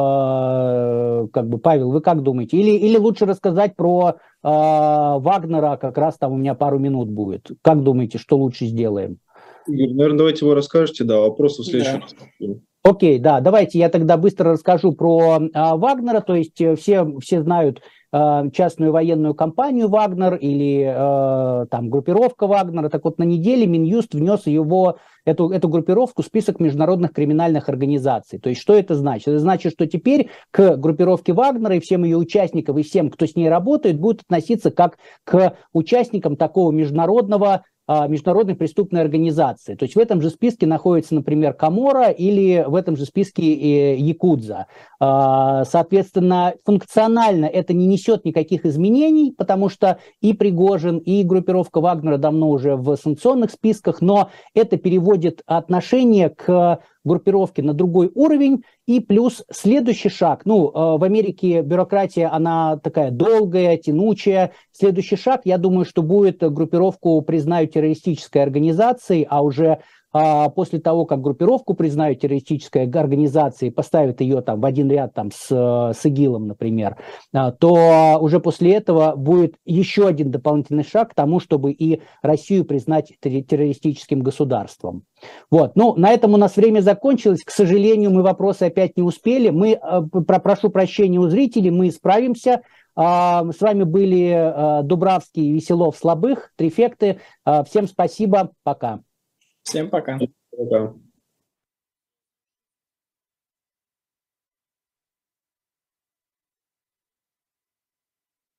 A: Как бы, Павел, вы как думаете? Или лучше рассказать про Вагнера, как раз там у меня пару минут будет. Как думаете, что лучше сделаем?
C: Наверное, давайте вы расскажете, да, вопросы в следующий раз.
A: Окей, да, давайте я тогда быстро расскажу про Вагнера, то есть все знают частную военную компанию «Вагнер» или там группировка «Вагнера». Так вот, на неделе Минюст внес эту группировку в список международных криминальных организаций. То есть, что это значит? Это значит, что теперь к группировке «Вагнера» и всем ее участникам, и всем, кто с ней работает, будут относиться как к участникам такого международной преступной организации. То есть в этом же списке находится, например, Каморра или в этом же списке Якудза. Соответственно, функционально это не несет никаких изменений, потому что и Пригожин, и группировка Вагнера давно уже в санкционных списках, но это переводит отношение к группировки на другой уровень, и плюс следующий шаг, ну, в Америке бюрократия, она такая долгая, тянучая, следующий шаг, я думаю, что будет группировку признают террористической организацией, а уже после того, как группировку признают террористической организацией, поставят ее там в один ряд там с ИГИЛом, например, то уже после этого будет еще один дополнительный шаг к тому, чтобы и Россию признать террористическим госварством. Вот. Ну, на этом у нас время закончилось. К сожалению, мы вопросы опять не успели. Прошу прощения у зрителей, мы справимся. С вами были Дубравский, Веселов, Слабых, Трифекты. Всем спасибо, пока.
B: Всем пока.
C: Пока.